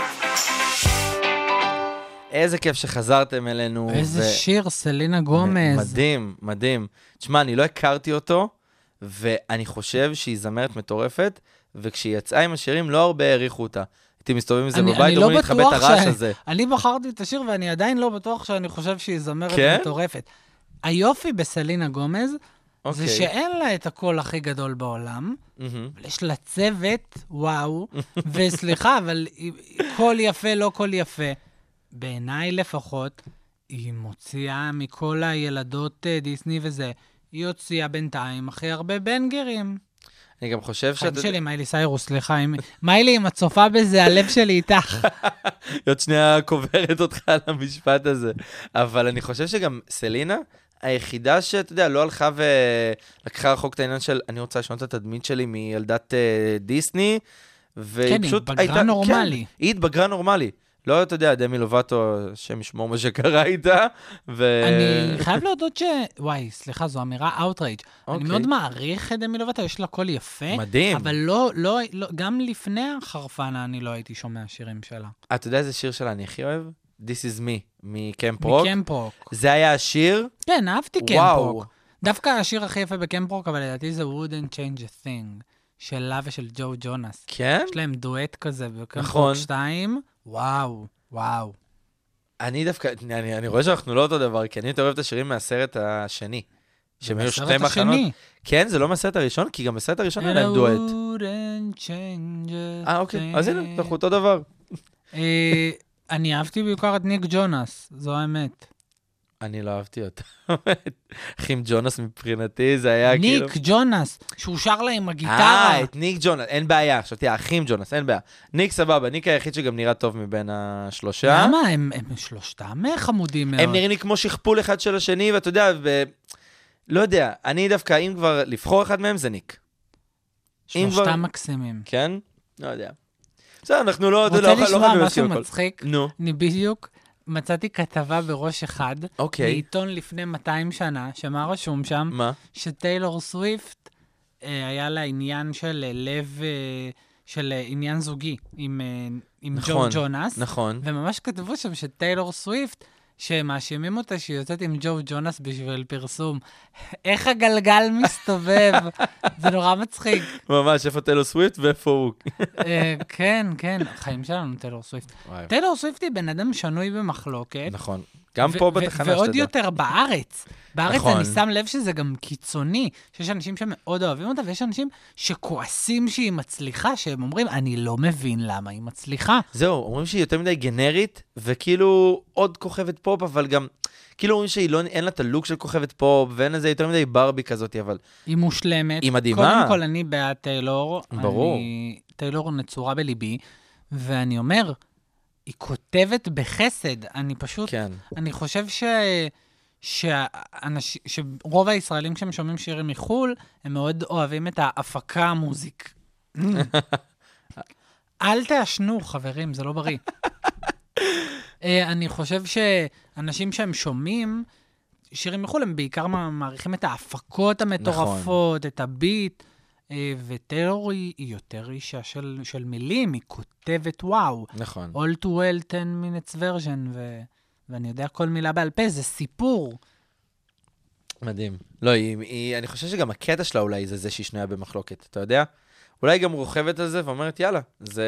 איזה כיף שחזרתם אלינו. איזה ו- שיר, סלינה גומז. מדהים, מדהים. תשמע, אני לא הכרתי אותו, ואני חושב שהיא זמרת מטורפת, וכשהיא יצאה עם השירים לא הרבה העריכו אותה. הייתי מסתובב עם זה אני- בבית, אני לא אומרים להתחבא את בטוח הרעש ש- הזה. אני בחרתי את השיר ואני עדיין לא בטוח שאני חושב שהיא זמרת כן? מטורפת. היופי בסלינה גומז, זה אוקיי. שאין לה את הקול הכי גדול בעולם, מהמם. אבל יש לה צוות, וואו, וסליחה, אבל היא- קול יפה, לא קול יפה. בעיניי לפחות, היא מוציאה מכל הילדות אה, דיסני וזה, היא הוציאה בינתיים הכי הרבה בנגרים. אני גם חושב חיים שאת... שלי, מיילי סיירוס, סליחה, אם- מיילי, אם את צופה בזה, הלב שלי איתך. עוד שנייה קוברת אותך על המשפט הזה. אבל אני חושב שגם סלינה, היחידה שאתה יודע, לא הלכה ולקחה רחוק את העניין של, אני רוצה לשנות את התדמית שלי מילדת אה, דיסני, והיא כן, היא פשוט התבגרה הייתה... נורמלי. כן, היא התבגרה נורמלי. לא, אתה יודע, דמי לובטו, שם ישמור מה שקרה איתה, ו... אני חייב להודות ש... וואי, סליחה, זו אמירה אאוטרייג'. אני אוקיי. מאוד מעריך את דמי לובטו, יש לה קול יפה. מדהים. אבל לא, לא, לא, גם לפני החרפנה אני לא הייתי שומע שירים שלה. אתה יודע איזה שיר שלה אני הכי אוהב? This is me, מקמפ רוק. מקמפ רוק. זה היה השיר, כן, אהבתי קמפ וואו. רוק. דווקא השיר הכי יפה בקמפ רוק, אבל לדעתי זה wouldn't change a thing, שלה ושל ג'ו ג'ונס. כן? יש להם דואט כזה בקמפ נכון. רוק שתיים. וואו, וואו. אני דווקא, אני, אני רואה שאנחנו לא אותו דבר, כי אני יותר אוהב את השירים מהסרט השני. שהם היו שתי בסרט מחנות. השני. כן, זה לא מהסרט הראשון, כי גם בסרט הראשון היה להם דואט. wouldn't change a אה, אוקיי, אז הנה, thing. אנחנו אותו דבר. אה, אני אהבתי בעיקר את ניק ג'ונס, זו האמת. אני לא אהבתי אותו. אחים ג'ונס מבחינתי, זה היה כאילו... ניק ג'ונס, שהוא שר לה עם הגיטרה. אה, את ניק ג'ונס, אין בעיה. עכשיו תראה, אחים ג'ונס, אין בעיה. ניק סבבה, ניק היחיד שגם נראה טוב מבין השלושה. למה? הם הם שלושתם חמודים מאוד. הם נראים לי כמו שכפול אחד של השני, ואתה יודע, ו... לא יודע, אני דווקא, אם כבר לבחור אחד מהם, זה ניק. אם כבר- שלושתם מקסימים. כן? לא יודע. בסדר, אנחנו לא... רוצה לא- לא לשמוע חייבים משהו להסכים הכל. מצחיק? נו, אני בדיוק מצאתי כתבה בראש אחד, אוקיי. מעיתון לפני מאתיים שנה, שמה רשום שם? מה? שטיילור סוויפט אה, היה לה עניין של אה, לב, אה, של אה, עניין זוגי עם, אה, עם נכון, ג'ו ג'ונס, נכון. וממש כתבו שם שטיילור סוויפט, שמאשימים אותה שהיא יוצאת עם ג'ו ג'ונס בשביל פרסום. איך הגלגל מסתובב? זה נורא מצחיק. ממש, איפה טיילור סוויפט ואיפה הוא. אה, כן, כן, החיים שלנו טיילור סוויפט. וואי, טיילור סוויפט היא בן אדם שנוי במחלוקת. נכון. גם ו- פה ו- בתחנה ועוד שתדע. יותר בארץ. בארץ נכון. אני שם לב שזה גם קיצוני, שיש אנשים שמאוד אוהבים אותה, ויש אנשים שכועסים שהיא מצליחה, שהם אומרים, אני לא מבין למה היא מצליחה. זהו, אומרים שהיא יותר מדי גנרית, וכאילו עוד כוכבת פופ, אבל גם, כאילו אומרים שהיא לא, אין לה את הלוק של כוכבת פופ, ואין לזה יותר מדי ברבי כזאת, אבל היא מושלמת. היא מדהימה. קודם כל, אני בעד טיילור. ברור. אני... טיילור נצורה בליבי, ואני אומר, היא כותבת בחסד. אני פשוט... כן. אני חושב ש... שאנש... שרוב הישראלים כשהם שומעים שירים מחול, הם מאוד אוהבים את ההפקה המוזיק. אל תעשנו, חברים, זה לא בריא. אה, אני חושב שאנשים שהם שומעים שירים מחול, הם בעיקר מעריכים את ההפקות המטורפות, את הביט, אה, וטיילור היא היא יותר אישה של, של מילים, היא כותבת וואו. נכון. All too well ten minutes version, ו... ואני יודע כל מילה בעל פה, זה סיפור. מדהים. לא, היא, היא, אני חושב שגם הקטע שלה אולי זה זה שהיא שנויה במחלוקת, אתה יודע? אולי היא גם רוכבת על זה ואומרת, יאללה, זה...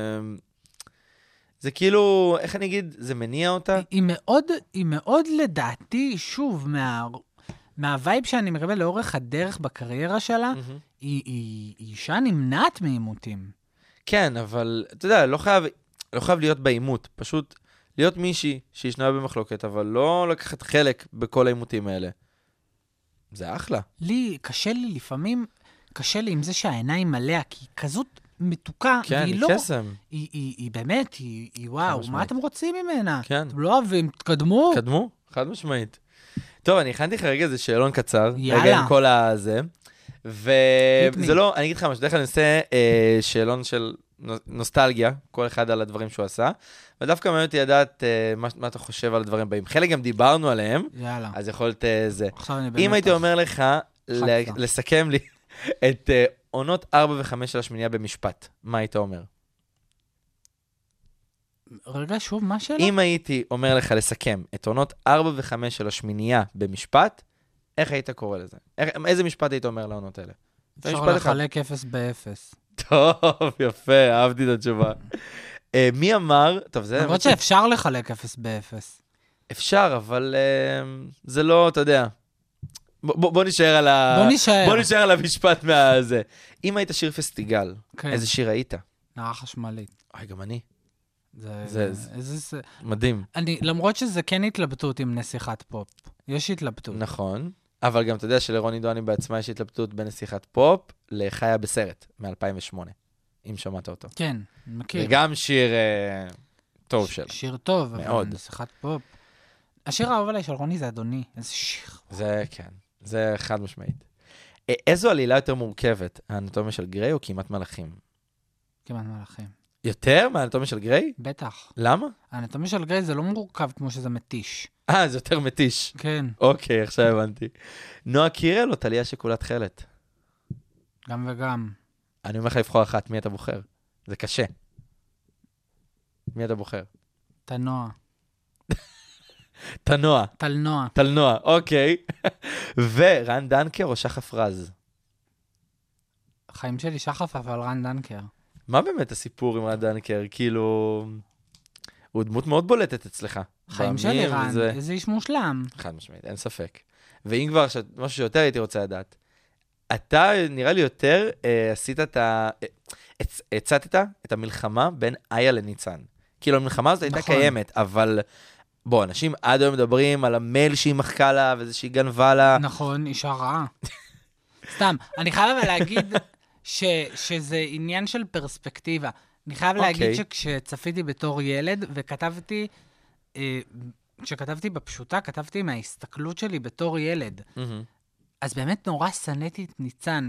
זה כאילו, איך אני אגיד, זה מניע אותה? היא, היא מאוד, היא מאוד לדעתי, שוב, מה, מהווייב שאני מקבל לאורך הדרך בקריירה שלה, מהמם. היא, היא, היא אישה נמנעת מעימותים. כן, אבל אתה יודע, לא חייב, לא חייב להיות בעימות, פשוט להיות מישהי שהיא שנויה במחלוקת, אבל לא לקחת חלק בכל העימותים האלה. זה אחלה. לי, קשה לי לפעמים, קשה לי עם זה שהעיניים עליה, כי היא כזאת מתוקה, כן, והיא היא לא... קסם. היא, היא, היא באמת, היא, היא וואו, משמעית. מה אתם רוצים ממנה? כן. אתם לא אוהבים, תקדמו. קדמו, חד משמעית. טוב, אני הכנתי לך רגע איזה שאלון קצר. יאללה. רגע עם כל הזה. Hit וזה me. לא, אני אגיד לך משהו, בדרך כלל אני עושה אה, שאלון של נו- נוסטלגיה, כל אחד על הדברים שהוא עשה, ודווקא מעניין אותי לדעת אה, מה, מה אתה חושב על הדברים הבאים. חלק גם דיברנו עליהם, יאללה. אז יכולת אה, זה. עכשיו אני באמת... אם הייתי אומר לך ל- חצה. לסכם לי את אה, עונות ארבע וחמש של השמינייה במשפט, מה היית אומר? רגע, שוב, מה השאלה? אם הייתי אומר לך לסכם את עונות ארבע וחמש של השמינייה במשפט, איך היית קורא לזה? איך, איזה משפט היית אומר לעונות האלה? אפשר משפט אחד. לחלק אפס באפס. טוב, יפה, אהבתי את התשובה. אה, מי אמר, טוב, זה... למרות שאפשר לחלק אפס באפס. אפשר, אבל אה, זה לא, אתה יודע. בוא, בוא, בוא נשאר על ה... בוא נשאר. בוא נשאר על המשפט מהזה. אם היית שיר פסטיגל, כן. איזה שיר היית? נערה חשמלית. אוי, גם אני. זה... זה- זה... איזה... זה- מדהים. אני, למרות שזה כן התלבטות עם נסיכת פופ. יש התלבטות. נכון. אבל גם אתה יודע שלרוני דואני בעצמה יש התלבטות בין נסיכת פופ לחיה בסרט, מ-אלפיים ושמונה, אם שמעת אותו. כן, אני מכיר. וגם שיר אה, טוב שלה. שיר טוב, אבל מאוד. נסיכת פופ. השיר האהוב עליי של רוני זה אדוני. איזה שיר. זה כן, זה חד משמעית. א- איזו עלילה יותר מורכבת, האנטומיה של גריי או כמעט מלאכים? כמעט מלאכים. יותר מהאנטומיה של גריי? בטח. למה? האנטומיה של גריי זה לא מורכב כמו שזה מתיש. אה, זה יותר מתיש. כן, אוקיי, עכשיו הבנתי. נועה קירל או טליה שכולה תכלת? גם וגם. אני אומר לך לבחור אחת, מי אתה בוחר? זה קשה. מי אתה בוחר? תנוע. תנוע, תלנוע. תלנוע, אוקיי. ורן דנקר או שחף רז? חיים שלי שחף, אבל רן דנקר. מה באמת הסיפור עם רן דנקר? כאילו... הוא דמות מאוד בולטת אצלך. חיים של באמיר, ערן, וזה- איזה איש מושלם. חד משמעית, אין ספק. ואם כבר, ש- משהו שיותר הייתי רוצה לדעת, אתה נראה לי יותר אה, עשית את ה... אה, הצ- הצעת את המלחמה בין איה לניצן. כאילו המלחמה הזאת הייתה נכון. קיימת, אבל בוא, אנשים עד היום מדברים על המייל שהיא מחקה לה, וזה שהיא גנבה לה. נכון, אישה רעה. סתם, אני חייב אבל להגיד ש, שזה עניין של פרספקטיבה. אני חייב אוקיי. להגיד שכשצפיתי בתור ילד, וכתבתי, אה, כשכתבתי בפשוטה, כתבתי מההסתכלות שלי בתור ילד. מהמם. אז באמת נורא שנאתי את ניצן,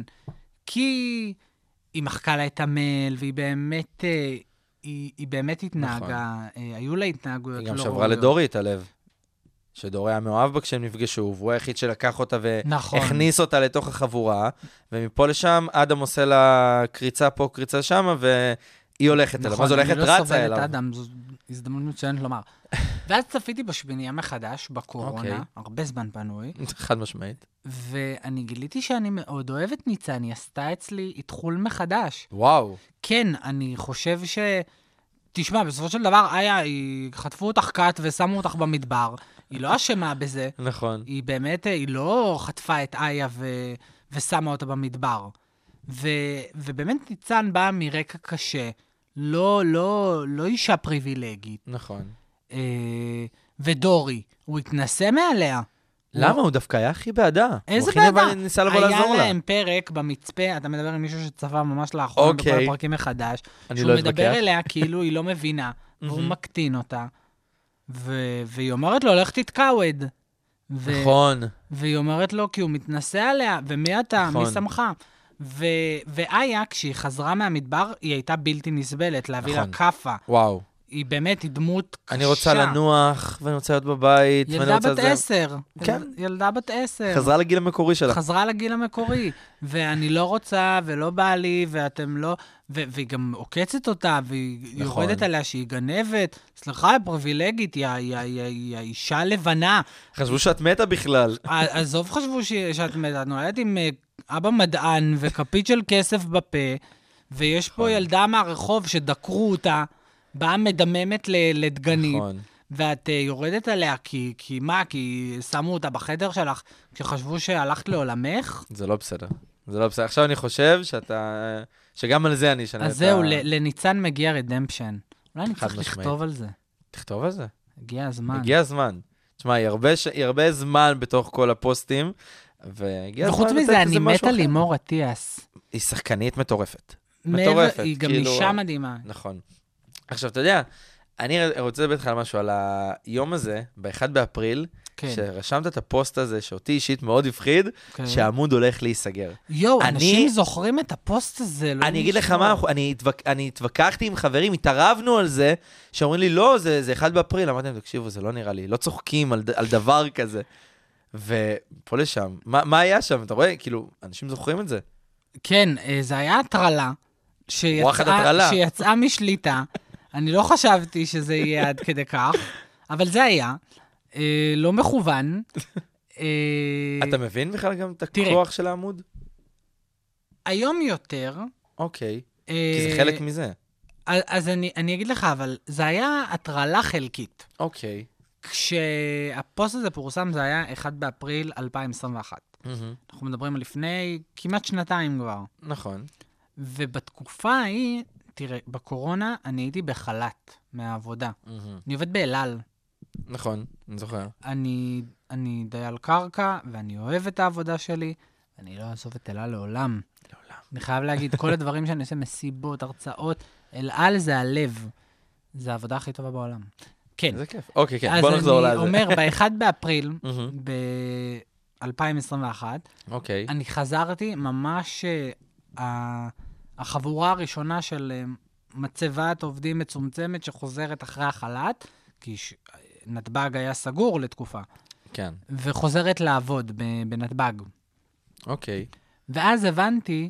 כי היא מחקה לה את המייל, והיא באמת, אה, היא, היא באמת התנהגה, אה, היו לה התנהגויות היא לא גם ראויות. שברה לדורי את הלב. שדורי היה מאוהב בה כשהם נפגשו, והוא היחיד שלקח אותה נכון. והכניס אותה לתוך החבורה, ומפה לשם אדם עושה לה קריצה פה, קריצה שם, והיא הולכת אליו. מה זה הולכת? אני לא רצה סובל את אליו. אדם, זו הזדמנות מצוינת לומר. ואז צפיתי בשמינייה מחדש, בקורונה, אוקיי. הרבה זמן פנוי, חד משמעית. ואני גיליתי שאני מאוד אוהבת ניצן, היא עשתה אצלי התחול מחדש. וואו. כן, אני חושב ש... תשמע, בסופו של דבר, איה, היא... חטפו אותך קאט ושמו אותך במדבר. היא לא אשמה בזה. נכון. היא באמת, היא לא חטפה את איה ו... ושמה אותה במדבר. ו... ובאמת ניצן באה מרקע קשה. לא, לא, לא אישה פריבילגית. נכון. אה, ודורי, הוא התנסה מעליה. למה? הוא דווקא היה הכי בעדה. איזה הוא הכי בעדה? ניסה לבוא לעזור היה לה. להם פרק במצפה, אתה מדבר עם מישהו שצפה ממש לאחרונה אוקיי. בכל הפרקים מחדש, אני שהוא לא מדבר אתווכח. אליה כאילו היא לא מבינה, והוא מהמם. מקטין אותה, ו- והיא אומרת לו, לך תתקעווד. ו- נכון. והיא אומרת לו, כי הוא מתנסה עליה, ומי אתה? נכון. מי שמך? ו- ואיה, כשהיא חזרה מהמדבר, היא הייתה בלתי נסבלת, להביא לה נכון. כאפה. וואו. היא באמת, היא דמות קשה. אני רוצה לנוח, ואני רוצה להיות בבית, ואני ילדה רוצה בת זה. עשר. כן. ילדה בת עשר. חזרה לגיל המקורי שלה. חזרה לגיל המקורי, ואני לא רוצה, ולא בא לי, ואתם לא... ו- והיא גם עוקצת אותה, והיא נכון. יורדת עליה שהיא גנבת. סליחה, היא פריבילגית, היא, היא, היא, היא האישה לבנה. חשבו שאת מתה בכלל. ע- עזוב חשבו ש- שאת מתה, נולדת עם אה, אבא מדען וכפית של כסף בפה, ויש פה ילדה מהרחוב שדקרו אותה, באה מדממת ל- לדגנית. נכון. ואת uh, יורדת עליה, כי, כי מה? כי שמו אותה בחדר שלך, כשחשבו שהלכת לעולמך? זה לא בסדר. זה לא בסדר. עכשיו אני חושב שאתה... שגם על זה אני אשנה את ה... אז זהו, ל- לניצן מגיע רדמפשן. אולי אני חד צריך משמעית. לכתוב על זה. תכתוב על זה. הגיע הזמן. הגיע הזמן. תשמע, היא הרבה, ש... היא הרבה זמן בתוך כל הפוסטים, והגיע הזמן וחוץ לתת מזה, אני איזה משהו מתה אחר. לימור אטיאס. היא שחקנית מטורפת. מעבר- מטורפת, היא גם כאילו- אישה מדהימה. נכון. עכשיו, אתה יודע, אני רוצה לדבר איתך על משהו, על היום הזה, ב-אחד באפריל, כן. שרשמת את הפוסט הזה, שאותי אישית מאוד הפחיד, כן. שהעמוד הולך להיסגר. יואו, אני- אנשים זוכרים את הפוסט הזה, לא אני אגיד לך לשמוע. מה, אנחנו- אני התווכ- אני התווכחתי עם חברים, התערבנו על זה, שאומרים לי, לא, זה זה אחד באפריל. אמרתי להם, תקשיבו, זה לא נראה לי, לא צוחקים על ד- על דבר כזה. ופה לשם, מה מה היה שם? אתה רואה? כאילו, אנשים זוכרים את זה. כן, אה, זה היה הטרלה. וואחד הטרלה. שיצאה שיצאה משליטה. אני לא חשבתי שזה יהיה עד כדי כך, אבל זה היה. אה, לא מכוון. אה, אתה מבין בכלל גם את תראה. הכוח של העמוד? היום יותר. אוקיי, אה, כי זה חלק מזה. אז אז אני, אני אגיד לך, אבל זה היה הטרלה חלקית. אוקיי. כשהפוסט הזה פורסם, זה היה אחד באפריל אלפיים עשרים ואחת. מהמם. אנחנו מדברים על לפני כמעט שנתיים כבר. נכון. ובתקופה ההיא, תראה, בקורונה אני הייתי בחל"ת מהעבודה. מהמם. אני עובד באלעל. נכון, אני זוכר. אני, אני דייל קרקע, ואני אוהב את העבודה שלי, ואני לא אעזוב את אלעל לעולם. לעולם. אני חייב להגיד, כל הדברים שאני עושה, מסיבות, הרצאות, אלעל זה הלב. זה העבודה הכי טובה בעולם. כן. איזה כיף. אוקיי, כן, אז בוא נחזור לזה. אני אומר, ב-אחד באפריל, מהמם. ב-אלפיים עשרים ואחת, אוקיי. אני חזרתי ממש, אה, ה- החבורה הראשונה של אה, מצבת עובדים מצומצמת שחוזרת אחרי החל"ת, כי ש- נתב"ג היה סגור לתקופה, כן. וחוזרת לעבוד ב- בנתב"ג. אוקיי. ואז הבנתי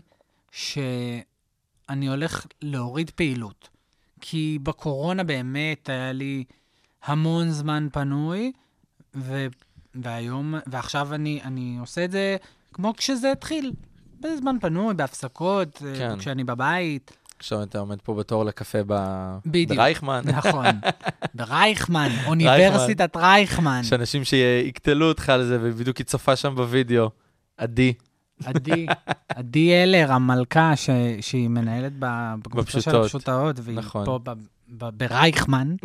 שאני הולך להוריד פעילות. כי בקורונה באמת היה לי המון זמן פנוי, ו... והיום, ועכשיו אני, אני עושה את זה כמו כשזה התחיל. בזמן פנוי, בהפסקות, כן. כשאני בבית. עכשיו אתה עומד פה בתור לקפה ב... בדיוק. ברייכמן. נכון. ברייכמן, אוניברסיטת רייכמן. יש אנשים שיקטלו אותך על זה, ובדיוק היא צופה שם בווידאו. עדי. עדי, עדי אלר, המלכה ש... שהיא מנהלת בקבוצה של הפשוטות, והיא נכון. פה ב... ב... ברייכמן.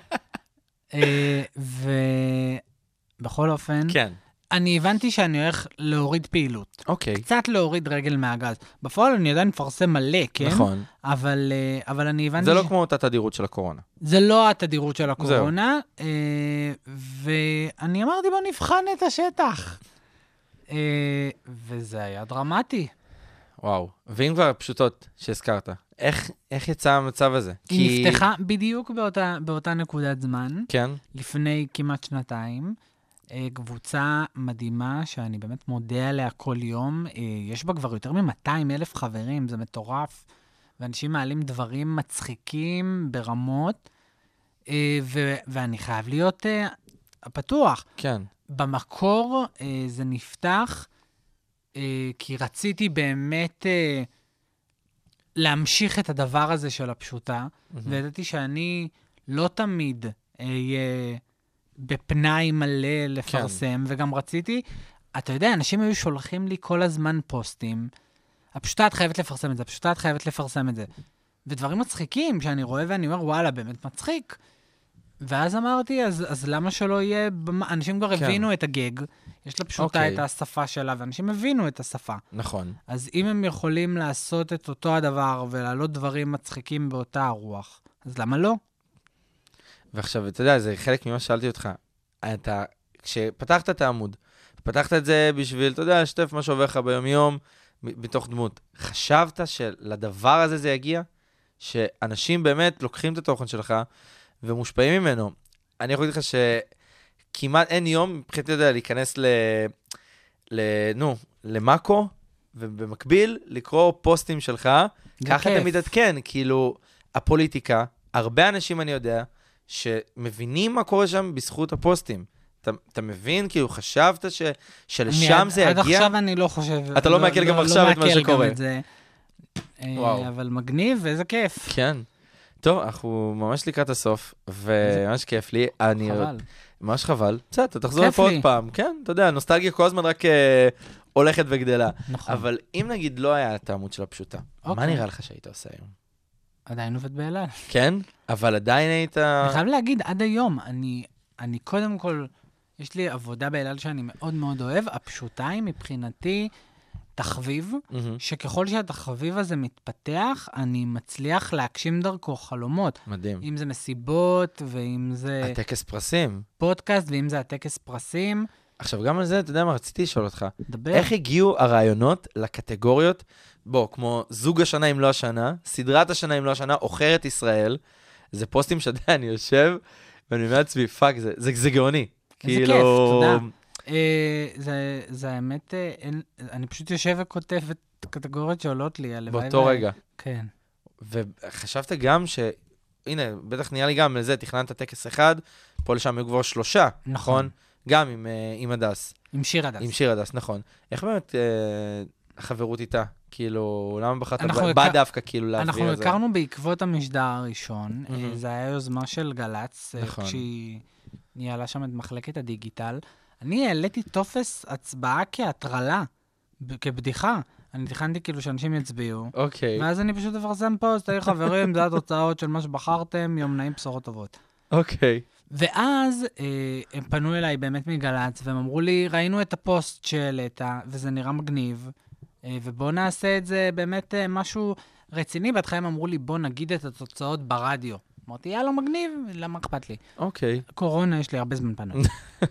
ובכל אופן, כן. אני הבנתי שאני הולך להוריד פעילות. אוקיי. קצת להוריד רגל מהגז. בפועל אני עדיין מפרסם מלא, כן? נכון. אבל, אבל אני הבנתי... זה לא כמו אותה תדירות של הקורונה. זה לא התדירות של הקורונה, ואני אמרתי, בוא נבחן את השטח. וזה היה דרמטי. וואו. ואם כבר פשוטות שהזכרת, איך, איך יצא המצב הזה? היא כי... נפתחה בדיוק באותה, באותה נקודת זמן. כן. לפני כמעט שנתיים. קבוצה מדהימה, שאני באמת מודה עליה כל יום. יש בה כבר יותר מ-מאתיים אלף חברים, זה מטורף. ואנשים מעלים דברים מצחיקים ברמות, ו- ואני חייב להיות פתוח. כן. במקור זה נפתח, כי רציתי באמת להמשיך את הדבר הזה של הפשוטה, mm-hmm. וידעתי שאני לא תמיד אהיה בפנאי מלא לפרסם, כן. וגם רציתי, אתה יודע, אנשים היו שולחים לי כל הזמן פוסטים, הפשוטה את חייבת לפרסם את זה, הפשוטה את חייבת לפרסם את זה. ודברים מצחיקים שאני רואה ואני אומר, וואלה, באמת מצחיק. ואז אמרתי, אז, אז למה שלא יהיה... אנשים כבר כן. הבינו את הגג, יש לה פשוטה okay. את השפה שלה, ואנשים הבינו את השפה. נכון. אז אם הם יכולים לעשות את אותו הדבר, ולעלות דברים מצחיקים באותה הרוח, אז למה לא? ועכשיו, אתה יודע, זה חלק ממה ששאלתי אותך. אתה, כשפתחת את העמוד, פתחת את זה בשביל, אתה יודע, לשתף מה שעובר לך ביום-יום, בתוך דמות. חשבת שלדבר הזה זה יגיע? שאנשים באמת לוקחים את התוכן שלך, ומושפעים ממנו. אני יכול להגיד לך שכמעט אין יום, מבחינתי יודע, להיכנס ל... ל... נו, למאקו, ובמקביל לקרוא פוסטים שלך, ככה אתה מתעדכן, כאילו, הפוליטיקה, הרבה אנשים אני יודע, שמבינים מה קורה שם בזכות הפוסטים. אתה, אתה מבין? כאילו, חשבת ש... שלשם זה יגיע? עד עכשיו אני לא חושב... אתה לא מעכל גם עכשיו את מה שקורה. וואו. אבל מגניב, ואיזה כיף. כן. טוב, אנחנו ממש לקראת הסוף, וממש כיף לי. חבל. ממש חבל. בסדר, אתה תחזור לפה עוד פעם. כן, אתה יודע, נוסטלגיה כל הזמן רק אה, הולכת וגדלה. נכון. אבל אם נגיד לא היה את העמוד של הפשוטה, אוקיי. מה נראה לך שהיית עושה היום? עדיין עובד באלעל. כן? אבל עדיין היית... אני חייב להגיד, עד היום, אני, אני קודם כל, יש לי עבודה באלעל שאני מאוד מאוד אוהב, הפשוטה היא מבחינתי... תחביב, mm-hmm. שככל שהתחביב הזה מתפתח, אני מצליח להגשים דרכו חלומות. מדהים. אם זה מסיבות, ואם זה... הטקס פרסים. פודקאסט, ואם זה הטקס פרסים. עכשיו, גם על זה, אתה יודע מה, רציתי לשאול אותך. דבר. איך הגיעו הרעיונות לקטגוריות, בוא, כמו זוג השנה אם לא השנה, סדרת השנה אם לא השנה, אוכרת ישראל, זה פוסטים שאתה יודע, אני יושב, ואני אומר לעצמי, פאק, זה, זה, זה גאוני. איזה כאילו... כיף, תודה. זה, זה האמת, אני פשוט יושב וכותב את קטגוריות שעולות לי. באותו רגע. כן. וחשבת גם ש... הנה, בטח נהיה לי גם לזה, תכננת טקס אחד, פה לשם היו כבר שלושה, נכון? גם עם, עם הדס. עם שיר הדס. עם שיר הדס, נכון. איך באמת החברות איתה? כאילו, למה בחרת בא דווקא כאילו להעביר את זה? אנחנו הכרנו בעקבות המשדר הראשון, זה היה יוזמה של גלץ, כשהיא ניהלה שם את מחלקת הדיגיטל, אני העליתי תופס הצבעה כהטרלה, כבדיחה. אני תכנתי כאילו שאנשים יצביעו. אוקיי. ואז אני פשוט אפרסם פוסט, היי חברים, זה התוצאות של מה שבחרתם, יום נעים בשורות טובות. אוקיי. ואז אה, הם פנו אליי באמת מגלץ, והם אמרו לי, ראינו את הפוסט שהעלית, וזה נראה מגניב, אה, ובוא נעשה את זה באמת אה, משהו רציני. בהתחלה הם אמרו לי, בוא נגיד את התוצאות ברדיו. אמרתי, יאללה, מגניב, למה אכפת לי? אוקיי. קורונה, יש לי הרבה זמן פנות.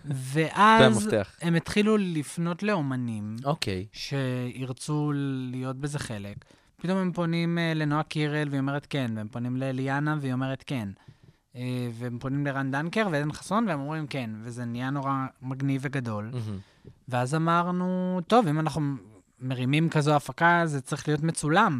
ואז הם התחילו לפנות לאומנים, אוקיי. שירצו להיות בזה חלק. פתאום הם פונים לנועה קירל, והיא אומרת כן, והם פונים לאליאנה, והיא אומרת כן. והם פונים לרן דנקר ועדן חסון, והם אומרים כן, וזה נהיה נורא מגניב וגדול. ואז אמרנו, טוב, אם אנחנו מרימים כזו הפקה, זה צריך להיות מצולם.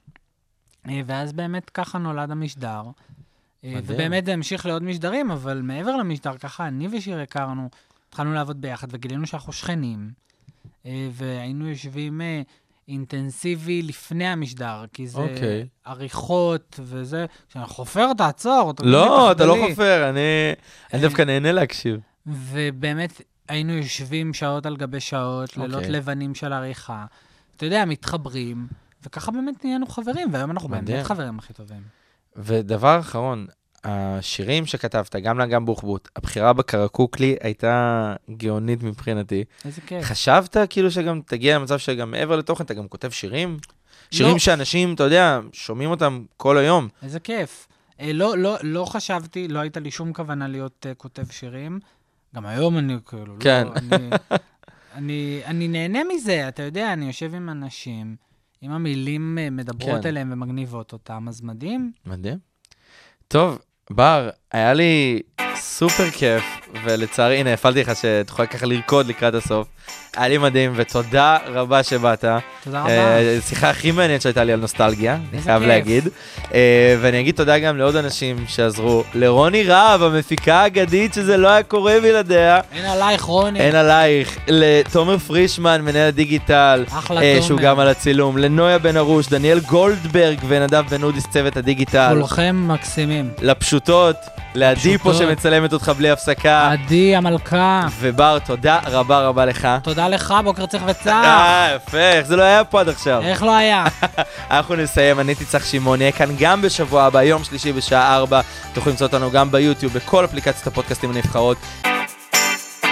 ואז באמת ככה נולד המשדר. ובאמת זה המשיך לעוד משדרים, אבל מעבר למשדר, ככה אני ושיר הכרנו, התחלנו לעבוד ביחד, וגילינו שאנחנו שכנים, והיינו יושבים אינטנסיבי לפני המשדר, כי זה אוקיי. עריכות וזה, כשאני חופר, תעצור. לא, אתה לא חופר, אני אני דווקא נהנה להקשיב. ובאמת היינו יושבים שעות על גבי שעות, לילות אוקיי. לבנים של עריכה. אתה יודע, מתחברים, וככה באמת נהיינו חברים, והיום אנחנו מדהים. באמת חברים הכי טובים. ודבר אחרון, השירים שכתבת, גם לאגם בוחבוט, הבחירה בקרקוקלי הייתה גאונית מבחינתי. איזה כיף. חשבת כאילו שגם תגיע למצב שגם מעבר לתוכן, אתה גם כותב שירים? שירים לא. שאנשים, אתה יודע, שומעים אותם כל היום. איזה כיף. אה, לא, לא, לא חשבתי, לא הייתה לי שום כוונה להיות uh, כותב שירים. גם היום אני כאילו, כן. לא, אני, אני, אני נהנה מזה, אתה יודע, אני יושב עם אנשים, אם המילים uh, מדברות כן. אליהם ומגניבות אותם, אז מדהים. מדהים. טוב, בר, היה לי סופר כיף, ולצערי, הנה, הפעלתי לך שתוכל ככה לרקוד לקראת הסוף. היה לי מדהים, ותודה רבה שבאת. תודה רבה. אה, שיחה הכי מעניינת שהייתה לי על נוסטלגיה, אני חייב כיף. להגיד. אה, ואני אגיד תודה גם לעוד אנשים שעזרו. לרוני רב, המפיקה האגדית, שזה לא היה קורה בלעדיה. אין עלייך, רוני. אין עלייך. לתומר פרישמן, מנהל הדיגיטל, אחלה אה, תומר. שהוא גם על הצילום. לנויה בן ארוש, דניאל גולדברג ונדב בן אודיס, צוות הדיגיטל. כולכם מקסימים. לפשוטות, לעדי פה לפשוטות. שמצלמת אותך בלי הפסקה. עדי המלכה. ובר, תודה רבה רבה לך. תודה לך, בוקר צריך וצח. אה, יפה, איך זה לא היה פה עד עכשיו? איך לא היה? אנחנו נסיים, אני תצח שמעון, נהיה כאן גם בשבוע הבא, יום שלישי בשעה ארבע. תוכלו למצוא אותנו גם ביוטיוב, בכל אפליקציות הפודקאסטים הנבחרות.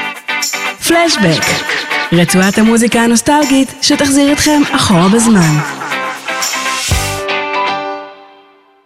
פלשבק, רצועת המוזיקה הנוסטלגית שתחזיר אתכם אחורה בזמן.